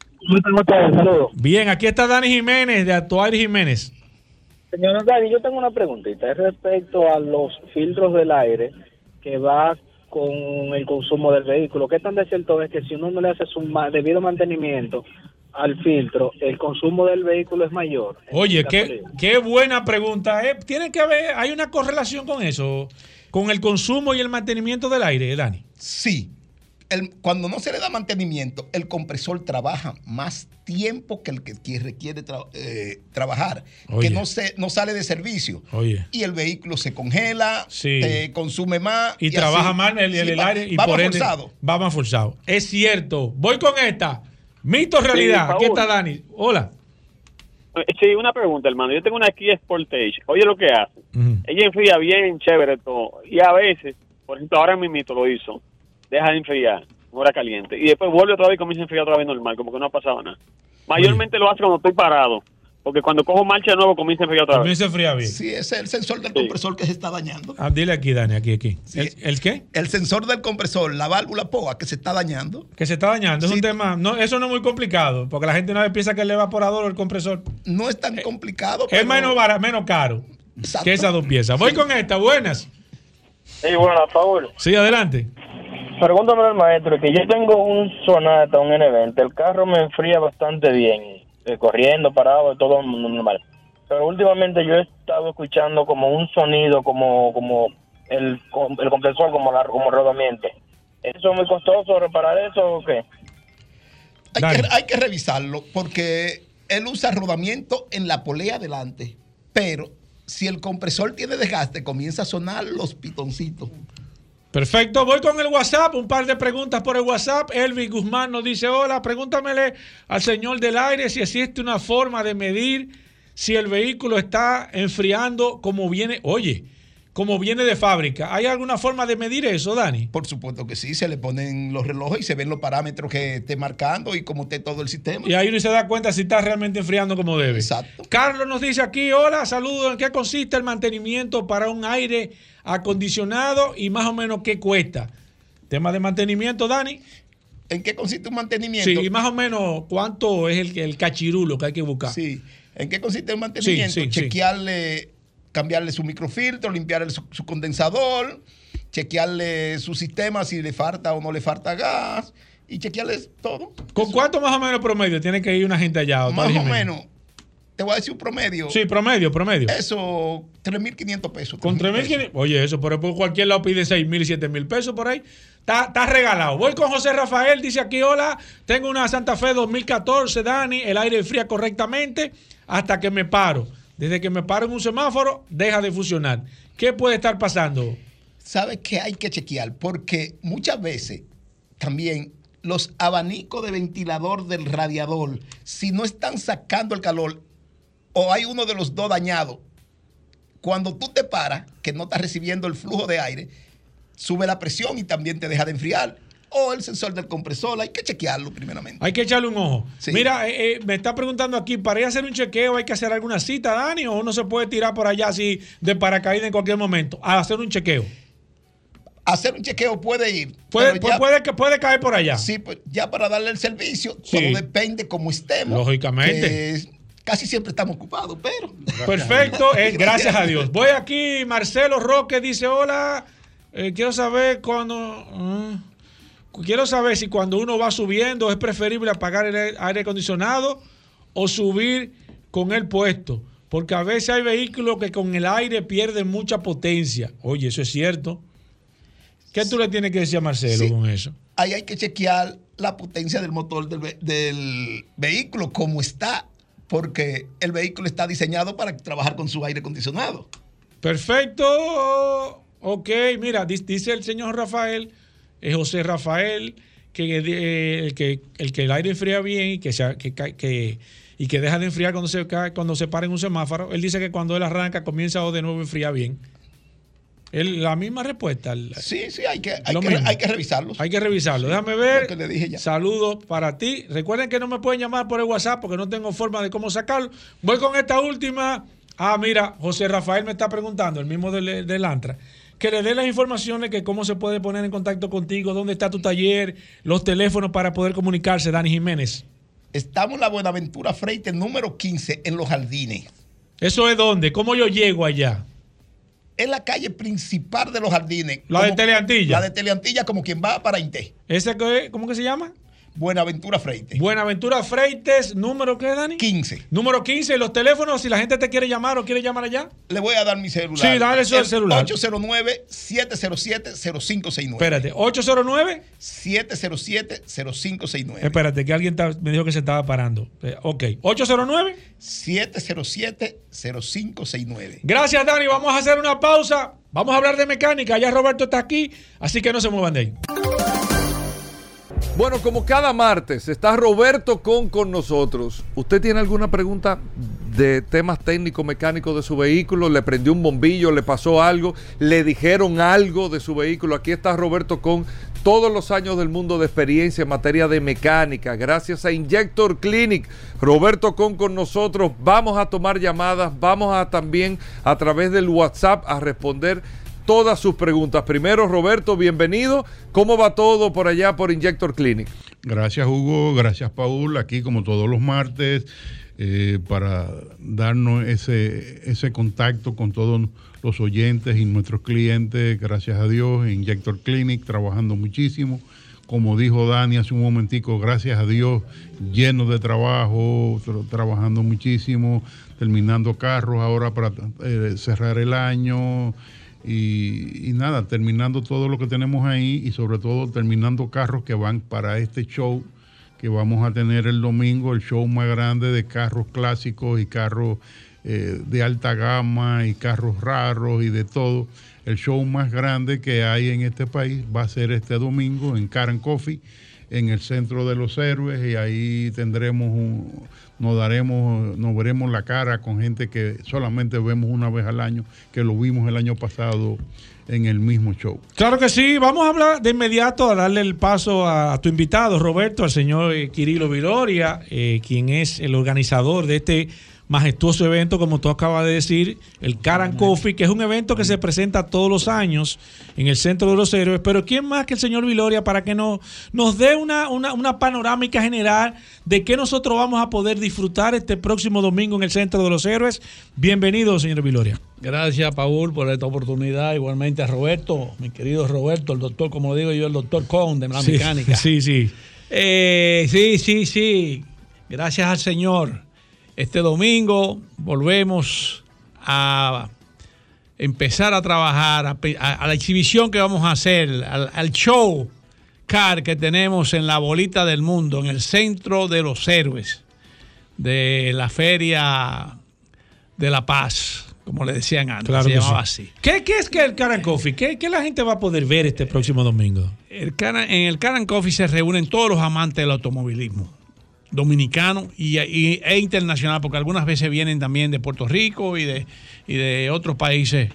Saludos. Bien, aquí está Dani Jiménez de Actuaire Jiménez. Señor Dani, yo tengo una preguntita. Es respecto a los filtros del aire que va con el consumo del vehículo. ¿Qué tan de cierto es que si uno no le hace su ma- debido mantenimiento al filtro, el consumo del vehículo es mayor? Oye, qué, qué buena pregunta. ¿eh? Tiene que haber, hay una correlación con eso, con el consumo y el mantenimiento del aire, Dani. Sí. El- cuando no se le da mantenimiento, el compresor trabaja más tiempo que el que, que requiere tra- eh, trabajar, Oye. que no, se, no sale de servicio. Oye. Y el vehículo se congela, Sí. te consume más. Y, trabaja así. mal el, el, Sí, el va- aire y vamos por ende forzado. va más forzado. Es cierto. Voy con esta. Mito o realidad. Sí, Aquí Paul. está Dani. Hola. Sí, una pregunta, hermano. Yo tengo una Kia Sportage. Oye lo que hace. Ella enfría bien, chévere todo. Y a veces, por ejemplo, ahora mismo lo hizo. Deja de enfriar, hora caliente. Y después vuelve otra vez y comienza a enfriar otra vez normal, como que no ha pasado nada. Mayormente lo hace cuando estoy parado. Porque cuando cojo marcha de nuevo comienza a enfriar otra vez. Comienza a enfriar bien. Sí, ese es el sensor del compresor que se está dañando. Ah, dile aquí, Dani, aquí, aquí. ¿El, el qué? El sensor del compresor, la válvula P O A que se está dañando. Que se está dañando. Es un tema. No, eso no es muy complicado. Porque la gente una vez piensa que el evaporador o el compresor. No es tan complicado. Es pero- menos, bara- menos caro Exacto. que esas dos piezas. Voy con esta. Buenas. Sí, bueno, a favor. Sí, adelante. Pregúntame al maestro que yo tengo un Sonata, un N veinte. El carro me enfría bastante bien, eh, corriendo, parado, todo normal. Pero últimamente yo he estado escuchando como un sonido, como como el, el compresor, como la como rodamiento. ¿Eso es muy costoso reparar eso o qué? Hay que, hay que revisarlo porque él usa rodamiento en la polea delante, pero si el compresor tiene desgaste, comienza a sonar los pitoncitos. Perfecto, voy con el WhatsApp, un par de preguntas por el WhatsApp. Elvis Guzmán nos dice, hola, pregúntamele al señor del aire si existe una forma de medir si el vehículo está enfriando como viene, oye, como viene de fábrica. ¿Hay alguna forma de medir eso, Dani? Por supuesto que sí, se le ponen los relojes y se ven los parámetros que esté marcando y cómo esté todo el sistema. Y ahí uno se da cuenta si está realmente enfriando como debe. Exacto. Carlos nos dice aquí, hola, saludos, ¿en qué consiste el mantenimiento para un aire acondicionado y más o menos qué cuesta? Tema de mantenimiento, Dani. ¿En qué consiste un mantenimiento? Sí, y más o menos cuánto es el, el cachirulo que hay que buscar. Sí. ¿En qué consiste el mantenimiento? Sí, sí, sí. Chequearle, cambiarle su microfiltro, limpiarle su, su condensador, chequearle su sistema si le falta o no le falta gas y chequearle todo. ¿Con cuánto más o menos promedio tiene que ir una gente allá? doctor Más o Jiménez? menos. Te voy a decir un promedio. Sí, promedio, promedio. Eso, tres mil quinientos pesos. Con tres mil quinientos. Oye, eso, pero por cualquier lado pide seis mil y siete mil pesos por ahí. Está, está regalado. Voy con José Rafael, dice aquí, hola, tengo una Santa Fe dos mil catorce, Dani, el aire fría correctamente hasta que me paro. Desde que me paro en un semáforo, deja de funcionar. ¿Qué puede estar pasando? ¿Sabes qué hay que chequear? Porque muchas veces también los abanicos de ventilador del radiador, si no están sacando el calor o hay uno de los dos dañado, cuando tú te paras, que no estás recibiendo el flujo de aire, sube la presión y también te deja de enfriar. O el sensor del compresor, hay que chequearlo primeramente. Hay que echarle un ojo. Sí. Mira, eh, eh, me está preguntando aquí, ¿para ir a hacer un chequeo hay que hacer alguna cita, Dani? ¿O uno se puede tirar por allá así de paracaídas en cualquier momento a hacer un chequeo? Hacer un chequeo puede ir. Puede, ya, puede, que puede caer por allá. Sí, pues ya para darle el servicio, sí. todo depende cómo estemos. Lógicamente. Casi siempre estamos ocupados, pero... Perfecto, es, gracias a Dios. Voy aquí, Marcelo Roque dice, hola, eh, quiero saber cuando... Uh, quiero saber si cuando uno va subiendo es preferible apagar el aire acondicionado o subir con el puesto. Porque a veces hay vehículos que con el aire pierden mucha potencia. Oye, eso es cierto. ¿Qué tú le tienes que decir a Marcelo sí. con eso? Ahí hay que chequear la potencia del motor del, ve- del vehículo, cómo está, porque el vehículo está diseñado para trabajar con su aire acondicionado. Perfecto. Ok, mira, dice el señor Rafael, es José Rafael, que, eh, que, el que el aire enfría bien y que, se, que, que, y que deja de enfriar cuando se, cuando se para en un semáforo. Él dice que cuando él arranca comienza de nuevo a enfriar bien. El, la misma respuesta. Sí, sí, hay que, hay que, hay que revisarlos. Hay que revisarlo. Sí, déjame ver. Que le dije ya. Saludos para ti. Recuerden que no me pueden llamar por el WhatsApp porque no tengo forma de cómo sacarlo. Voy con esta última. Ah, mira, José Rafael me está preguntando, el mismo del, del Antra, que le dé las informaciones que cómo se puede poner en contacto contigo, dónde está tu taller, los teléfonos para poder comunicarse, Dani Jiménez. Estamos en la Buenaventura Freite número quince en Los Jardines. ¿Eso es dónde? ¿Cómo yo llego allá? En la calle principal de Los Jardines. La como, de Teleantilla. La de Teleantilla, como quien va para Inté. ¿Ese qué, cómo que se llama? Buenaventura Freites. Buenaventura Freites, ¿número qué, Dani? quince. Número quince, los teléfonos, si la gente te quiere llamar o quiere llamar allá. Le voy a dar mi celular. Sí, dale eso el celular. ocho cero nueve, siete cero siete, cero cinco seis nueve. Espérate, ocho cero nueve. siete cero siete, cero cinco seis nueve. Espérate, que alguien ta, me dijo que se estaba parando. Eh, ok, ocho cero nueve. siete cero siete, cero cinco seis nueve. Gracias, Dani. Vamos a hacer una pausa. Vamos a hablar de mecánica. Ya Roberto está aquí, así que no se muevan de ahí. Bueno, como cada martes está Roberto Con con nosotros. ¿Usted tiene alguna pregunta de temas técnicos, mecánicos de su vehículo? ¿Le prendió un bombillo? ¿Le pasó algo? ¿Le dijeron algo de su vehículo? Aquí está Roberto Con, todos los años del mundo de experiencia en materia de mecánica, gracias a Injector Clinic. Roberto Con con nosotros. Vamos a tomar llamadas, vamos a también a través del WhatsApp a responder todas sus preguntas. Primero, Roberto, bienvenido. ¿Cómo va todo por allá por Injector Clinic? Gracias, Hugo. Gracias, Paul. Aquí como todos los martes eh, para darnos ese, ese contacto con todos los oyentes y nuestros clientes. Gracias a Dios, Injector Clinic, trabajando muchísimo. Como dijo Dani hace un momentico, gracias a Dios, lleno de trabajo, tra- trabajando muchísimo, terminando carros ahora para eh, cerrar el año. Y, y nada, terminando todo lo que tenemos ahí y sobre todo terminando carros que van para este show que vamos a tener el domingo, el show más grande de carros clásicos y carros eh, de alta gama y carros raros y de todo. El show más grande que hay en este país va a ser este domingo en Car and Coffee, en el Centro de los Héroes, y ahí tendremos un, nos daremos, nos veremos la cara con gente que solamente vemos una vez al año, que lo vimos el año pasado en el mismo show. Claro que sí, vamos a hablar de inmediato, a darle el paso a, a tu invitado, Roberto, al señor eh, Quirilo Viloria, eh, quien es el organizador de este majestuoso evento, como tú acabas de decir, el Car and Coffee, que es un evento que se presenta todos los años en el Centro de los Héroes. Pero ¿quién más que el señor Viloria para que nos, nos dé una, una, una panorámica general de qué nosotros vamos a poder disfrutar este próximo domingo en el Centro de los Héroes? Bienvenido, señor Viloria. Gracias, Paul, por esta oportunidad. Igualmente a Roberto, mi querido Roberto, el doctor, como digo yo, el doctor Con de la sí, mecánica. Sí, sí. Eh, sí, sí, sí. Gracias al Señor. Este domingo volvemos a empezar a trabajar, a, a, a la exhibición que vamos a hacer, al, al show car que tenemos en la bolita del mundo, en el Centro de los Héroes de la Feria de La Paz, como le decían antes, Claro se que llamaba sí. así. ¿Qué, ¿Qué es que el Car and Coffee? ¿Qué, ¿Qué la gente va a poder ver este próximo domingo? El Car- en el Car and Coffee se reúnen todos los amantes del automovilismo dominicano y, y- e internacional, porque algunas veces vienen también de Puerto Rico y de, y de otros países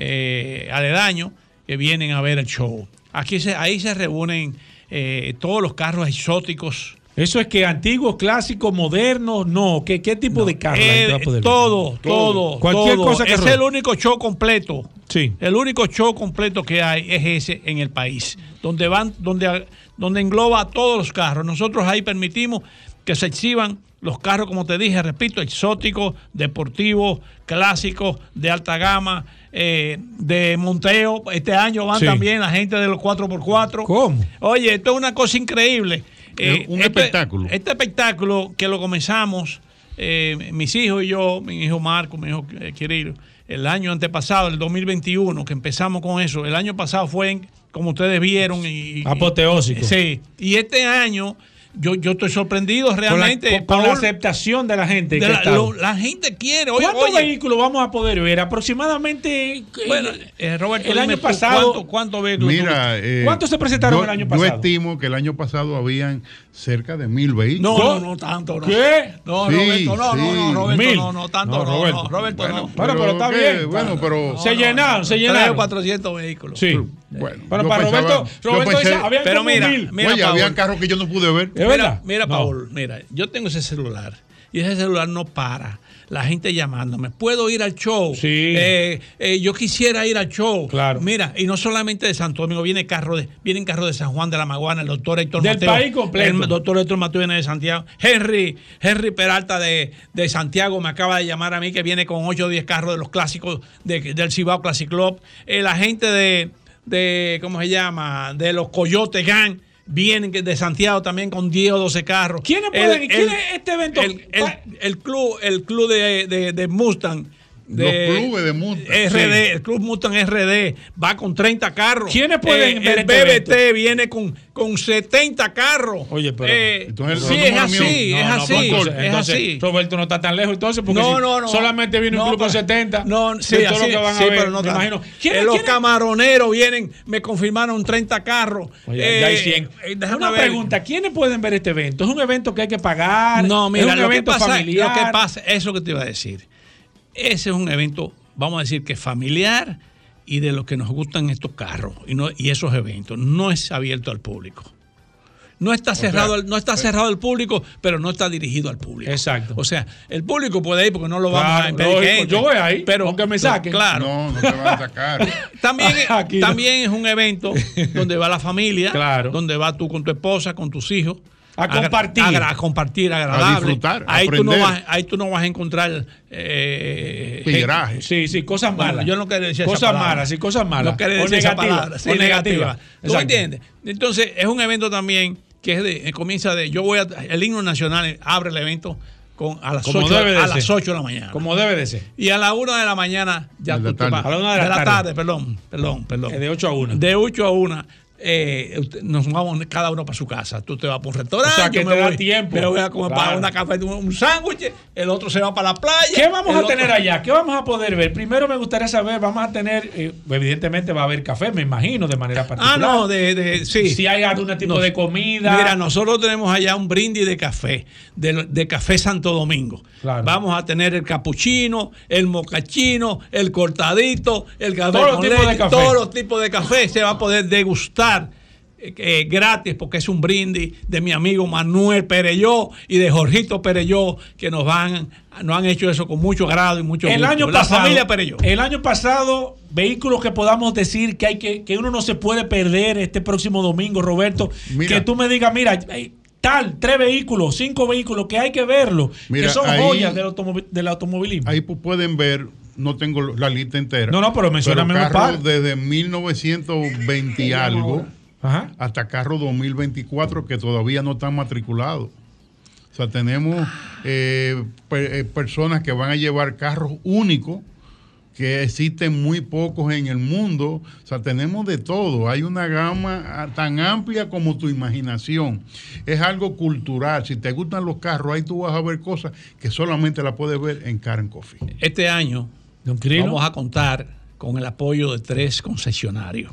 eh, aledaños que vienen a ver el show. Aquí se, ahí se reúnen eh, todos los carros exóticos. Eso es que antiguos, clásicos, modernos, no. ¿Qué, qué tipo no, de carro eh, la gente va a poder todo, ver? todo, Cualquier todo. cosa que es ruede. el único show completo. Sí. El único show completo que hay es ese en el país, donde van, donde, donde engloba a todos los carros. Nosotros ahí permitimos que se exhiban los carros, como te dije, repito, exóticos, deportivos, clásicos, de alta gama, eh, de monteo. Este año van Sí. también la gente de los cuatro por cuatro. ¿Cómo? Oye, esto es una cosa increíble. Eh, un este, espectáculo. Este espectáculo que lo comenzamos, eh, mis hijos y yo, mi hijo Marco, mi hijo eh, Quirilo, el año antepasado, el dos mil veintiuno, que empezamos con eso. El año pasado fue, en, como ustedes vieron. Y, Apoteósico. Sí. Y este año, yo, yo estoy sorprendido realmente. Con la, con, con la Paul, aceptación de la gente. de que la, está. lo, la gente quiere. Oye, ¿Cuántos oye, vehículos vamos a poder ver? Aproximadamente. Bueno, eh, Roberto, el dime año tú, pasado. ¿cuánto- cuántos vehículos Mira, eh, ¿Cuántos se presentaron yo, el año Yo pasado? estimo que el año pasado habían cerca de mil vehículos. No, no, no tanto. No. ¿Qué? No, Sí, Roberto, no, sí. no, no, Roberto, Mil. no, no, tanto, No, no, Roberto. no, Roberto, Bueno, no. Bueno, pero está ¿qué? bien. Bueno, pero. se llenaron, se Tres o llenaron. cuatrocientos vehículos. Sí. Bueno, Pero yo para pensaba- Roberto, yo Roberto pensé- dice, habían Pero como mira, mil. mira, Oye, Paul. habían carros que yo no pude ver. ¿Es Mira, verdad? mira, No. Paul, mira, yo tengo ese celular y ese celular no para. La gente llamándome, ¿puedo ir al show? Sí. Eh, eh, yo quisiera ir al show. Claro. Mira, y no solamente de Santo Domingo, viene carro de, vienen carros de San Juan de la Maguana, el doctor Héctor Del Mateo. país completo. El doctor Héctor Mateo viene de Santiago. Henry, Henry Peralta de, de Santiago me acaba de llamar a mí, que viene con ocho o diez carros de los clásicos de- del Cibao Classic Club. Eh, la gente de, de, ¿cómo se llama? De los Coyote Gang. Vienen de Santiago también con diez o doce carros. ¿Quiénes El- pueden? el- ¿Quién es este evento? El, el, el club, el club de, de, de Mustang. De Los clubes de Mustang. R D, Sí. el Club Mustang R D va con treinta carros. ¿Quiénes pueden ver El este B B T evento? viene con, con setenta carros. Oye, pero- Eh, Entonces, sí, el es número mío- así, No, es no, así, pues entonces, es entonces, así. Roberto no está tan lejos entonces porque No, si no, no. solamente viene un No, club con pero- setenta. No, sí, de todo así, lo que van a sí, ver, pero no me tanto. imagino. Eh, ¿Quiénes- los quiénes- camaroneros vienen, me confirmaron treinta carros. Oye, ya hay Eh, cien. eh, déjame Una ver. pregunta, ¿quiénes pueden ver este evento? ¿Es un evento que hay que pagar? No, mira, ¿Es un lo que, evento pasa, familiar? lo que pasa, eso que te iba a decir. Ese es un evento, vamos a decir que familiar y de los que nos gustan estos carros y, no, y esos eventos. No es abierto al público. No está cerrado, el- no está cerrado al público, pero no está dirigido al público. Exacto. O sea, el público puede ir porque no lo vamos Claro, a impedir que lógico. entre. Yo voy ahí, pero aunque me saquen. Claro. No, no te van a sacar. También, Aquí no. también es un evento donde va la familia, Claro. donde va tú con tu esposa, con tus hijos. A compartir. A, a compartir, agradable. disfrutar, a ahí, tú no aprender. vas, ahí tú no vas a encontrar. Eh, Pigraje. Sí, sí, cosas Bueno, malas. yo no quería decir esa Cosas palabra. malas, sí, cosas malas. No quería O decir esa negativa, palabra. Sí, o negativa. negativa. ¿Tú Exacto. entiendes? Entonces, es un evento también que es de, eh, comienza de. Yo voy a. El himno nacional abre el evento con, a las Como ocho debe de a ser. las ocho de la mañana. Como debe de ser. Y a la una de la mañana ya De la tú te tarde. vas. A la una de la tarde. perdón, perdón, perdón. Es de ocho a una. De ocho a una. Eh, usted- nos vamos cada uno para su casa. Tú te vas para un restaurante. O sea, que yo te me da voy, tiempo. Me voy a comer Claro. para una café, un, un sándwich. El otro se va para la playa. ¿Qué vamos el a otro- tener allá? ¿Qué vamos a poder ver? Primero me gustaría saber, vamos a tener, eh, evidentemente va a haber café, me imagino, de manera particular. Ah, no, de, de sí. Si hay algún tipo No. de comida. Mira, nosotros tenemos allá un brindis de café, de, de café Santo Domingo. Claro. Vamos a tener el capuchino, el mocachino, el cortadito, el café Todos los con tipos leche, de café. todos los tipos de café se va a poder degustar. eh, eh, gratis, porque es un brindis de mi amigo Manuel Pereyó y de Jorgito Pereyó, que nos van nos han hecho eso con mucho agrado y mucho El gusto. año La pasado, familia Pereyó. el año pasado, vehículos que podamos decir que hay que, que uno no se puede perder este próximo domingo, Roberto. Mira. Que tú me digas, mira, hay tal, tres vehículos, cinco vehículos, que hay que verlo, Mira, que son ahí- joyas del, automovi- del automovilismo. Ahí pu- pueden ver, no tengo la lista entera. No, no, pero mencióname un carros par. desde mil novecientos veinte y algo Ajá. hasta carros dos mil veinticuatro que todavía no están matriculados. O sea, tenemos eh, pe- eh, personas que van a llevar carros únicos que existen muy pocos en el mundo. O sea, tenemos de todo. Hay una gama ah, tan amplia como tu imaginación. Es algo cultural. Si te gustan los carros, ahí tú vas a ver cosas que solamente la puedes ver en Car and Coffee. Este año Don Quirino. Vamos a contar con el apoyo de tres concesionarios.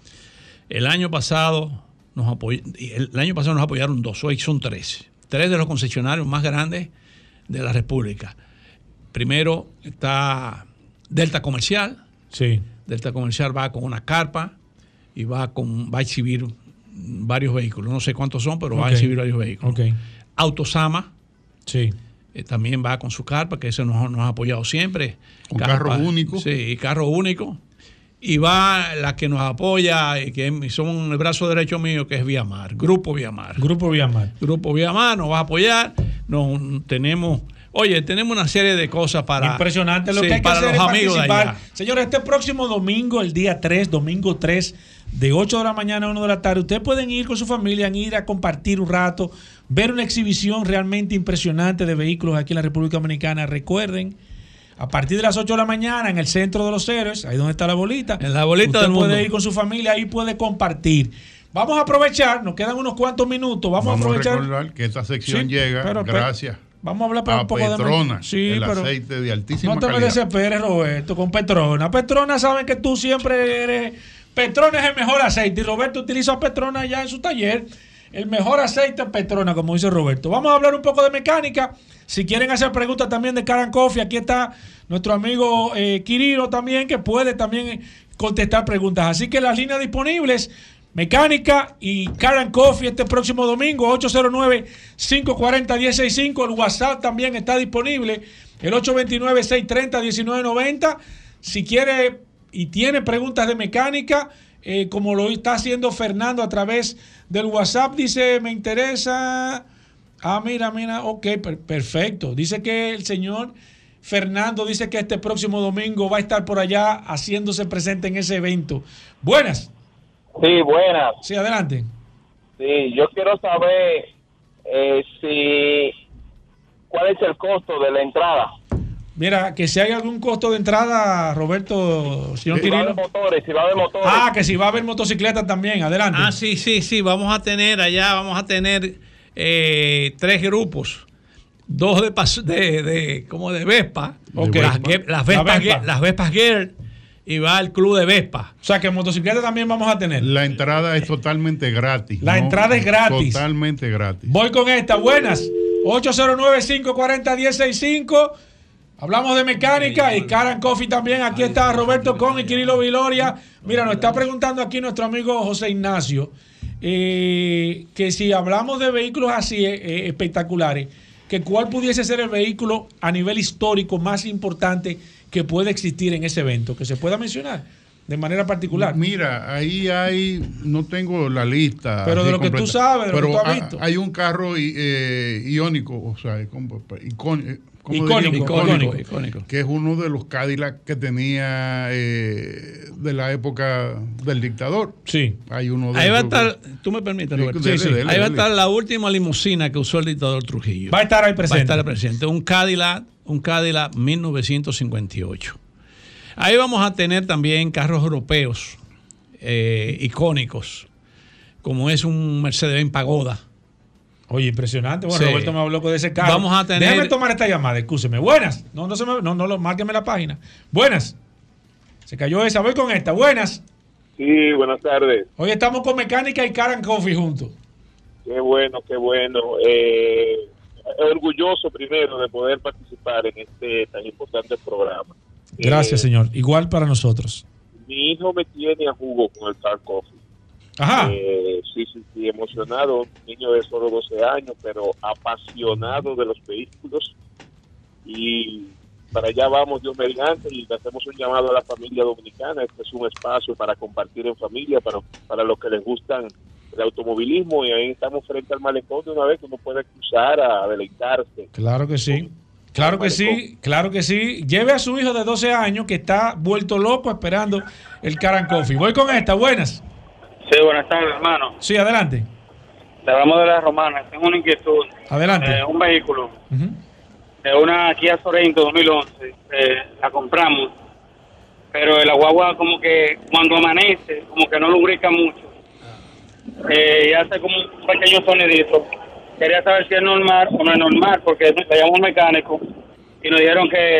El año pasado nos apoy- el año pasado nos apoyaron dos, hoy son tres. Tres de los concesionarios más grandes de la República. Primero está Delta Comercial. Sí. Delta Comercial va con una carpa y va con va a exhibir varios vehículos. No sé cuántos son, pero okay. va a exhibir varios vehículos. Okay. Autosama. Sí. Eh, también va con su carpa, que eso nos, nos ha apoyado siempre. Con carro único. Sí, carro único. Y va la que nos apoya, y que son el brazo derecho mío, que es Viamar, Grupo Viamar. Grupo Viamar. Grupo Viamar nos va a apoyar. Nos, tenemos, oye, tenemos una serie de cosas para... Impresionante lo sí, que hay que para hacer los es amigos de participar. allá. Señores, este próximo domingo, el día tres, domingo tres, de ocho de la mañana a una de la tarde, ustedes pueden ir con su familia, ir a compartir un rato, ver una exhibición realmente impresionante de vehículos aquí en la República Dominicana. Recuerden, a partir de las ocho de la mañana, en el Centro de los Héroes, ahí donde está la bolita, en la bolita usted del puede mundo. ir con su familia, ahí puede compartir. Vamos a aprovechar, nos quedan unos cuantos minutos, vamos, Vamos a aprovechar. a recordar que esta sección Sí, llega pero, pero, gracias vamos a hablar para a un poco Petrona, de sí, el pero aceite de altísima no te calidad. me desesperes, Roberto, con Petrona. Petrona saben que tú siempre eres... Petrona es el mejor aceite y Roberto utiliza Petrona ya en su taller. El mejor aceite es Petrona, como dice Roberto. Vamos a hablar un poco de mecánica. Si quieren hacer preguntas también de Car and Coffee, aquí está nuestro amigo eh, Quirino también, que puede también contestar preguntas. Así que las líneas disponibles, mecánica y Car and Coffee este próximo domingo, ocho cero nueve, cinco cuatro cero, uno cero seis cinco. El WhatsApp también está disponible, el ocho dos nueve, seis tres cero, uno nueve nueve cero. Si quiere y tiene preguntas de mecánica, eh, como lo está haciendo Fernando a través del WhatsApp, dice, me interesa... Ah, mira, mira, ok, per- perfecto. Dice que el señor Fernando dice que este próximo domingo va a estar por allá haciéndose presente en ese evento. Buenas. Sí, buenas. Sí, adelante. Sí, yo quiero saber eh, si cuál es el costo de la entrada. Mira, que si hay algún costo de entrada, Roberto, señor Si va a Quirino. haber motores, si va a haber motores. Ah, que si va a haber motocicletas también, adelante. Ah, sí, sí, sí, vamos a tener allá, vamos a tener eh, tres grupos. Dos de, pas- de, de como de Vespa, Okay. las, ge- las, La Vespa, Vespa. Ge- las Vespa Girl, y va al club de Vespa. O sea, que motocicletas también vamos a tener. La entrada es totalmente gratis. La ¿no? entrada es gratis. Totalmente gratis. Voy con esta. Buenas. ocho cero nueve, cinco cuatro cero, uno cero seis cinco. Hablamos de mecánica y Car and Coffee también. Aquí está Roberto Con y Quirilo Viloria. Mira, nos está preguntando aquí nuestro amigo José Ignacio eh, que si hablamos de vehículos así eh, espectaculares, que cuál pudiese ser el vehículo a nivel histórico más importante que puede existir en ese evento, que se pueda mencionar de manera particular. Mira, ahí hay, no tengo la lista. Pero de así lo que tú completa, sabes, de lo pero que tú has ha- visto. hay un carro i- eh, iónico, o sea, como- icón- eh, ¿cómo Icónico, diríamos? icónico, icónico. Que es uno de los Cadillac que tenía eh, de la época del dictador. Sí. Hay uno de Ahí va a esos- estar, tú me permites, Sí, Roberto. dele, Sí, sí. dele, Ahí va a dele. estar la última limusina que usó el dictador Trujillo. Va a estar ahí Va a presente. estar presente. Un Cadillac, un Cadillac mil novecientos cincuenta y ocho. Ahí vamos a tener también carros europeos eh, icónicos, como es un Mercedes-Benz Pagoda. Oye, impresionante. Bueno, Sí. Roberto me habló de ese carro. Vamos a tener- Déjame tomar esta llamada, escúcheme. Buenas. No, no se me, no, no, lo- márqueme la página. Buenas. Se cayó esa. Voy con esta. Buenas. Sí, buenas tardes. Hoy estamos con mecánica y Car and Coffee juntos. Qué bueno, qué bueno. Eh, orgulloso primero de poder participar en este tan importante programa. Gracias, Eh, señor. Igual para nosotros. Mi hijo me tiene a jugo con el Car Coffee. Ajá. Eh, sí, sí, sí, emocionado. Un niño de solo doce años, pero apasionado de los vehículos. Y para allá vamos, Dios mediante, y le hacemos un llamado a la familia dominicana. Este es un espacio para compartir en familia, para, para los que les gustan el automovilismo. Y ahí estamos frente al malecón de una vez que uno puede cruzar a deleitarse. Claro que sí. Claro que sí, claro que sí. Lleve a su hijo de doce años que está vuelto loco esperando el Car and Coffee. Voy con esta. Buenas. Sí, buenas tardes, hermano. Sí, adelante. Le hablamos de la Romana. Tengo una inquietud. Adelante. Eh, un vehículo Ujú. de una Kia Sorento dos mil once. Eh, la compramos. Pero la guagua como que cuando amanece, como que no lubrica mucho. Eh, y hace como un pequeño sonidito. Quería saber si es normal o no es normal, porque le llamamos un mecánico y nos dijeron que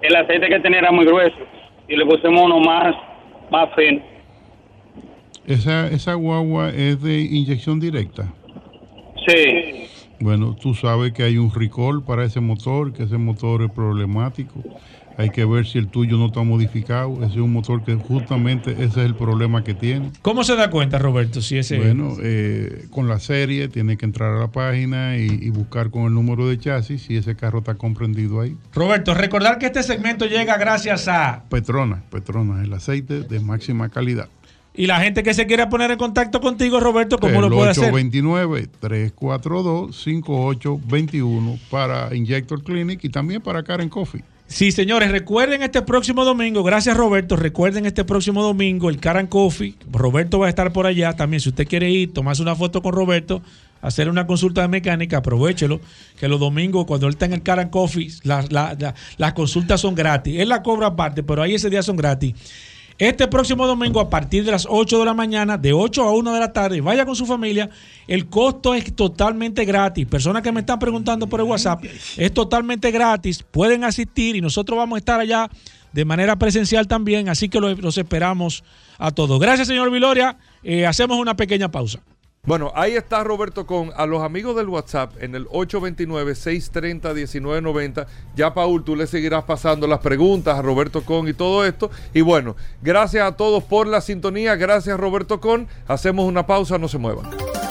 el aceite que tenía era muy grueso y le pusimos uno más, más fino. Esa, esa guagua es de inyección directa. Sí. Bueno, tú sabes que hay un recall para ese motor, que ese motor es problemático. Hay que ver si el tuyo no está modificado. Ese es un motor que justamente ese es el problema que tiene. ¿Cómo se da cuenta, Roberto, si ese Bueno, eh, con la serie tiene que entrar a la página y, y buscar con el número de chasis si ese carro está comprendido ahí. Roberto, recordar que este segmento llega gracias a Petronas, Petronas, el aceite de máxima calidad. Y la gente que se quiera poner en contacto contigo, Roberto, ¿cómo lo puede hacer? ocho dos nueve, tres cuatro dos, cinco ocho dos uno para Injector Clinic y también para Karen Coffee. Sí, señores, recuerden este próximo domingo, gracias Roberto, recuerden este próximo domingo el Karen Coffee, Roberto va a estar por allá también, si usted quiere ir, tomarse una foto con Roberto, hacer una consulta de mecánica, aprovéchelo, que los domingos cuando él está en el Karen Coffee, la, la, la, las consultas son gratis, él la cobra aparte, pero ahí ese día son gratis. Este próximo domingo a partir de las ocho de la mañana, de ocho a una de la tarde, vaya con su familia. El costo es totalmente gratis. Personas que me están preguntando por el WhatsApp, es totalmente gratis. Pueden asistir y nosotros vamos a estar allá de manera presencial también. Así que los, los esperamos a todos. Gracias, señor Viloria. Eh, hacemos una pequeña pausa. Bueno, ahí está Roberto Con. A los amigos del WhatsApp en el ocho dos nueve, seis tres cero, uno nueve nueve cero. Ya, Paul, tú le seguirás pasando las preguntas a Roberto Con y todo esto. Y bueno, gracias a todos por la sintonía. Gracias, Roberto Con. Hacemos una pausa, no se muevan.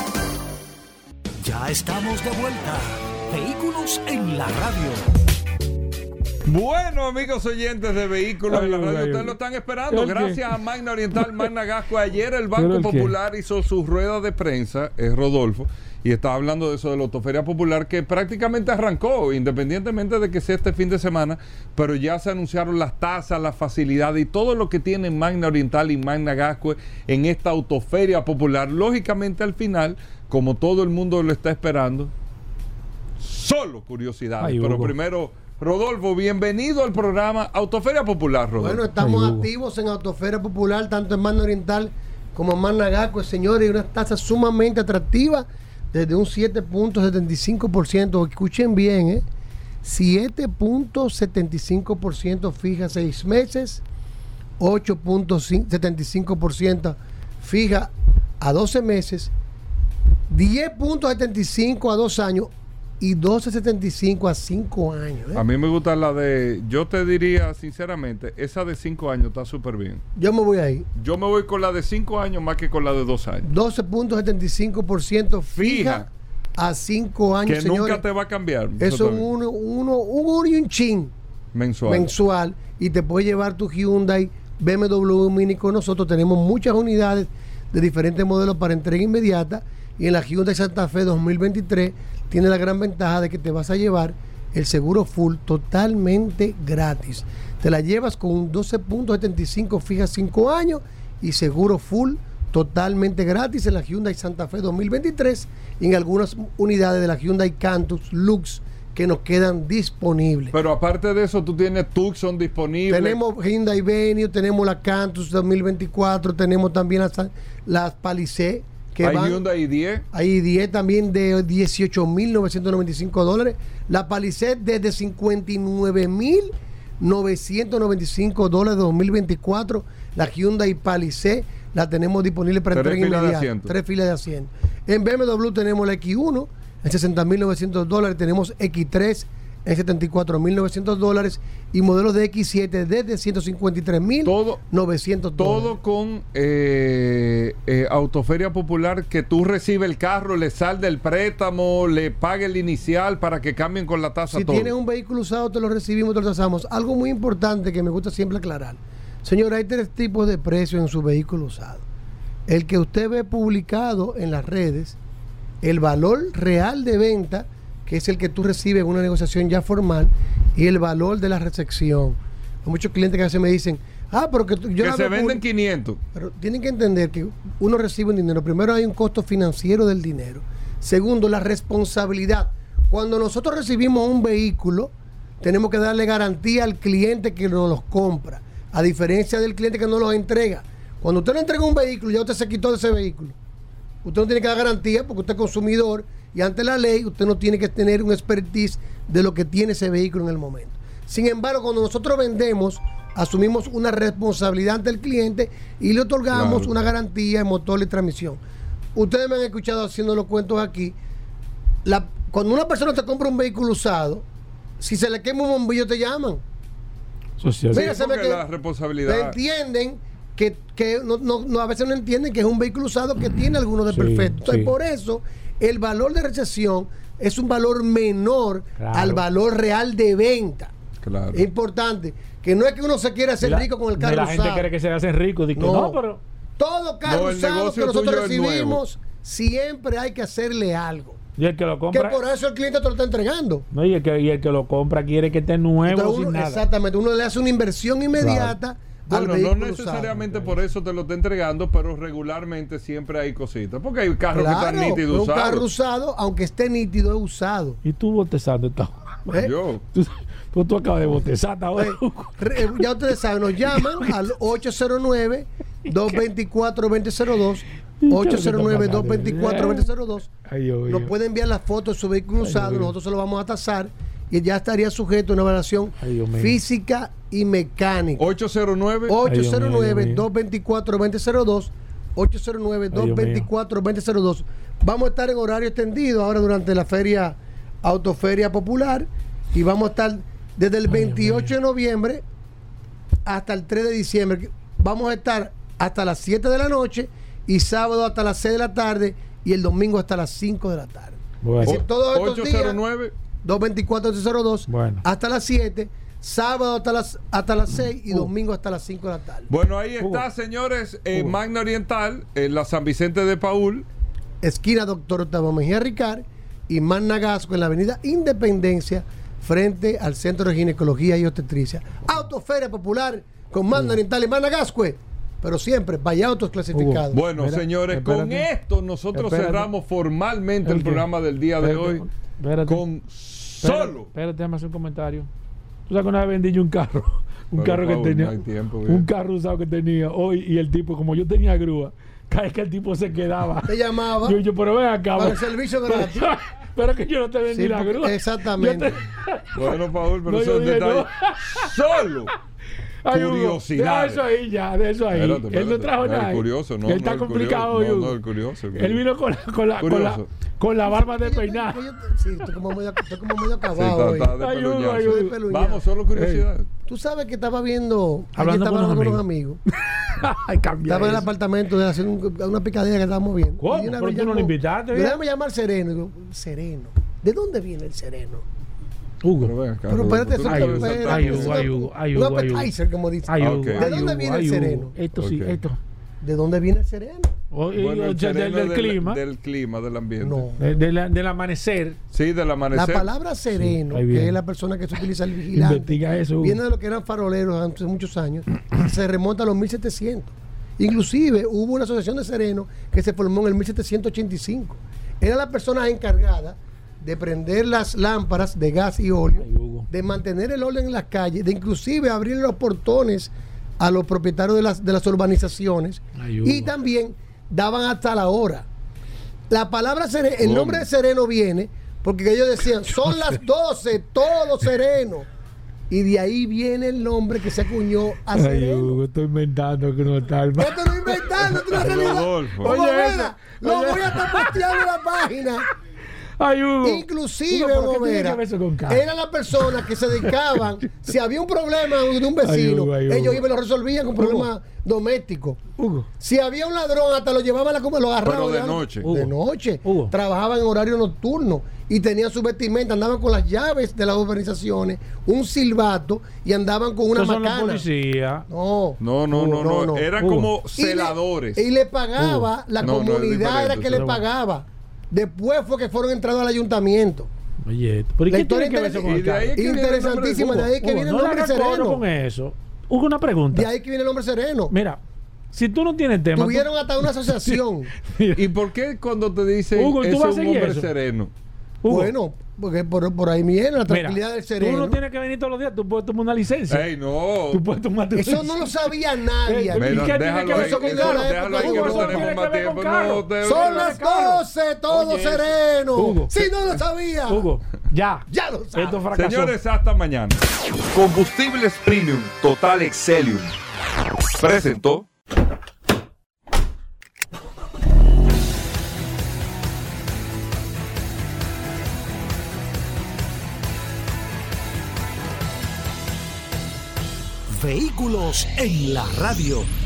Ya estamos de vuelta. Vehículos en la radio. Bueno, amigos oyentes de Vehículos en la Radio, ustedes lo están esperando. Gracias a Magna Oriental, Magna Gasco. Ayer el Banco Popular hizo su rueda de prensa, es Rodolfo, y estaba hablando de eso de la Autoferia Popular, que prácticamente arrancó, independientemente de que sea este fin de semana, pero ya se anunciaron las tasas, las facilidades y todo lo que tiene Magna Oriental y Magna Gasco en esta Autoferia Popular. Lógicamente, al final, como todo el mundo lo está esperando, solo curiosidades. Ay, pero primero... Rodolfo, bienvenido al programa Autoferia Popular, Rodolfo. Bueno, estamos Ay, activos en Autoferia Popular, tanto en Magna Oriental como en Magna Gasco, señores, y unas tasas sumamente atractivas, desde un siete punto setenta y cinco por ciento. Escuchen bien, ¿eh? siete punto setenta y cinco por ciento fija seis meses, ocho punto setenta y cinco por ciento fija a doce meses, diez punto setenta y cinco a dos años, y doce setenta y cinco a cinco años. ¿eh? A mí me gusta la de, yo te diría sinceramente, esa de cinco años está súper bien. Yo me voy ahí. Yo me voy con la de cinco años más que con la de dos años. doce punto setenta y cinco por ciento fija, fija a cinco años, que señores. Nunca te va a cambiar. Eso es un uno, uno, un uno y un chin mensual. mensual. Y te puedes llevar tu Hyundai B M W Mini con nosotros. Tenemos muchas unidades de diferentes modelos para entrega inmediata. Y en la Hyundai Santa Fe dos mil veintitrés tiene la gran ventaja de que te vas a llevar el seguro full totalmente gratis. Te la llevas con un doce punto setenta y cinco fija cinco años y seguro full totalmente gratis en la Hyundai Santa Fe dos mil veintitrés y en algunas unidades de la Hyundai Cantus Lux que nos quedan disponibles. Pero aparte de eso, tú tienes Tucson disponible. Tenemos Hyundai Venue, tenemos la Cantus dos mil veinticuatro, tenemos también las, las Palisade. Hay van, Hyundai i diez. Hay i diez también de dieciocho mil novecientos noventa y cinco dólares. La Palisade desde cincuenta y nueve mil novecientos noventa y cinco dólares de dos mil veinticuatro. La Hyundai Palisade la tenemos disponible para entrega inmediata. Tres filas de asiento. En B M W tenemos la X uno en sesenta mil novecientos dólares. Tenemos X tres en setenta y cuatro mil novecientos dólares y modelos de X siete desde ciento cincuenta y tres mil novecientos dólares. Todo con eh, eh, Autoferia Popular, que tú recibes el carro, le salde el préstamo, le pague el inicial para que cambien con la tasa. Si todo. Tienes un vehículo usado, te lo recibimos, te lo tasamos. Algo muy importante que me gusta siempre aclarar. Señor, hay tres tipos de precios en su vehículo usado. El que usted ve publicado en las redes, el valor real de venta, que es el que tú recibes en una negociación ya formal, y el valor de la recepción. Hay muchos clientes que a veces me dicen, ah, pero que yo que se venden quinientos. Pero tienen que entender que uno recibe un dinero. Primero, hay un costo financiero del dinero. Segundo, la responsabilidad. Cuando nosotros recibimos un vehículo, tenemos que darle garantía al cliente que nos los compra, a diferencia del cliente que nos los entrega. Cuando usted le entrega un vehículo, ya usted se quitó de ese vehículo. Usted no tiene que dar garantía porque usted es consumidor y ante la ley usted no tiene que tener un expertise de lo que tiene ese vehículo en el momento. Sin embargo, cuando nosotros vendemos, asumimos una responsabilidad ante el cliente y le otorgamos claro. una garantía en motor y transmisión. Ustedes me han escuchado haciendo los cuentos aquí. La, cuando una persona te compra un vehículo usado, si se le quema un bombillo te llaman. Social. Sí, sí, porque la responsabilidad. Entienden que, que no, no, no, a veces no entienden que es un vehículo usado que tiene algunos de sí, perfecto. Entonces, sí. por eso, el valor de recesión es un valor menor claro. al valor real de venta. Claro. Es importante. Que no es que uno se quiera hacer la, rico con el carro la usado. La gente cree que se hace rico. Digo, no, no, pero... Todo carro no, usado que nosotros recibimos, siempre hay que hacerle algo. Y el que lo compra... Que por eso el cliente te lo está entregando. No, y el que, y el que lo compra quiere que esté nuevo uno, sin nada. Exactamente. Uno le hace una inversión inmediata. Claro. Bueno, no necesariamente usado. Por eso te lo está entregando, pero regularmente siempre hay cositas. Porque hay carros claro, que están nítidos usados. Un carro usado, aunque esté nítido, es usado. ¿Y tú botezando estás? ¿Eh? Yo. Tú, tú, tú acabas de botezar ahora. Eh, ya ustedes saben, nos llaman al ocho cero nueve, dos dos cuatro, dos cero cero dos. ocho cero nueve, dos dos cuatro, dos cero cero dos. Nos pueden enviar las fotos de su vehículo usado. Nosotros se lo vamos a tasar y ya estaría sujeto a una evaluación física y mecánica. ocho cero nueve, ocho cero nueve, dos dos cuatro, dos cero cero dos. ocho cero nueve, dos dos cuatro, dos cero cero dos. Vamos a estar en horario extendido ahora durante la feria Autoferia Popular y vamos a estar desde el veintiocho de noviembre hasta el tres de diciembre. Vamos a estar hasta las siete de la noche y sábado hasta las seis de la tarde y el domingo hasta las cinco de la tarde. Bueno. Es decir, todos estos ocho cero nueve, dos dos cuatro, dos cero cero dos bueno. hasta las siete, sábado hasta las hasta las seis y uh. domingo hasta las cinco de la tarde. Bueno, ahí está, uh. señores, en uh. Magna Oriental, en la San Vicente de Paúl, esquina Doctor Octavio Mejía Ricard y Magna Gasco en la avenida Independencia frente al Centro de Ginecología y Obstetricia. Autoferia Popular con Magna uh. Oriental y Magna Gascue, pero siempre vaya autos clasificados. Uh. Bueno, Espera, señores, espérate. Con esto nosotros espérate. cerramos formalmente el, el programa del día espérate. de hoy espérate. con solo. Espérate, déjame hacer un comentario. Tú sabes que una vez vendí yo un carro, un pero carro que Paul, tenía, no tiempo, un carro usado que tenía hoy y el tipo, como yo tenía grúa, cada vez que el tipo se quedaba, te llamaba. Yo, yo pero ven acá. Para el servicio gratis. Pero que yo no te vendí sí, la grúa. Exactamente. Te... Bueno, Paul, pero no, eso es detalle. No. Solo. Ay, curiosidad. De eso ahí ya, de eso ahí. Espérate, espérate. Él no trajo no, nada. El curioso, no. Él está no, complicado hoy. No, no, el curioso. El Él vino con la, con la, con la, con la barba de peinar. Sí, estoy como medio, estoy como medio acabado. Sí, está, está de ayudo, ayudo. Vamos, solo curiosidad. Hey. Tú sabes que estaba viendo. Hablando estaba con, con unos amigos. Ay, cambia estaba eso. en el apartamento de hacer un, una picadilla que estábamos viendo. ¿Cómo? Pero tú no lo invitaste. Yo me llama al Sereno. Digo, Sereno. ¿De dónde viene el Sereno? Hugo. Pero, ven acá, pero espérate, Hugo, ay, Hugo, ay, Hugo, ay, Hugo, ay, Hugo, un appetizer, como dice. Ay, Hugo, okay. ¿De dónde viene el sereno? Esto sí, okay. esto. ¿De dónde viene el sereno? O, bueno, el del, del, del clima. Del clima, del ambiente. No. De, de la, del amanecer. Sí, del amanecer. La palabra sereno, sí, que es la persona que se utiliza el vigilante, investiga eso, Hugo. viene de lo que eran faroleros hace muchos años. Se remonta a los mil setecientos. Inclusive hubo una asociación de serenos que se formó en el mil setecientos ochenta y cinco. Eran las personas encargadas de prender las lámparas de gas y óleo, Ay, de mantener el orden en las calles, de inclusive abrir los portones a los propietarios de las, de las urbanizaciones. Ay, y también daban hasta la hora. La palabra sereno, el nombre de sereno viene porque ellos decían, son las doce, todo sereno. Y de ahí viene el nombre que se acuñó a Ay, sereno. Hugo, estoy inventando que no está el no te lo inventando, tú la realidad. Oye, Gomera, lo voy a estar posteando en la página. Ay, Hugo. Inclusive, Hugo, Gomera, eran las personas que se dedicaban, si había un problema de un vecino, ay, Hugo, ay, Hugo. ellos iban y lo resolvían con problemas domésticos. Hugo. Si había un ladrón, hasta lo llevaban a la coma, lo agarraban. Pero de noche. De noche. Hugo. Trabajaban en horario nocturno y tenían su vestimenta, andaban con las llaves de las urbanizaciones, un silbato y andaban con una macana. Son policía. No. No, no, no, no, no. Eran Hugo. como celadores. Y le, y le pagaba, Hugo. la no, comunidad no, era que le pagaba. Después fue que fueron entrados al ayuntamiento. Oye, ¿por qué tiene que ver eso con el carro? Interesantísima, de ahí que viene el Hugo, nombre no sereno. con eso. Hugo, una pregunta. De ahí que viene el nombre sereno. Mira, si tú no tienes tema. Tuvieron tú... hasta una asociación. ¿Y por qué cuando te dicen Hugo, es un hombre eso? sereno? Hugo. Bueno, porque por, por ahí viene la tranquilidad Mira, del sereno. Tú no tienes que venir todos los días, tú puedes tomar una licencia. Ey, no. Tú puedes tomar tu Eso no lo sabía nadie. ¿Y qué tiene que ver eso con carro? Déjalo ahí que no tenemos más tiempo. Son las doce, todo Oye, sereno. Hugo. Si no lo sabía. Hugo, Ya. Ya lo sabes. Esto fracasó. Señores, hasta mañana. Combustibles Premium Total Excelium presentó. Vehículos en la radio.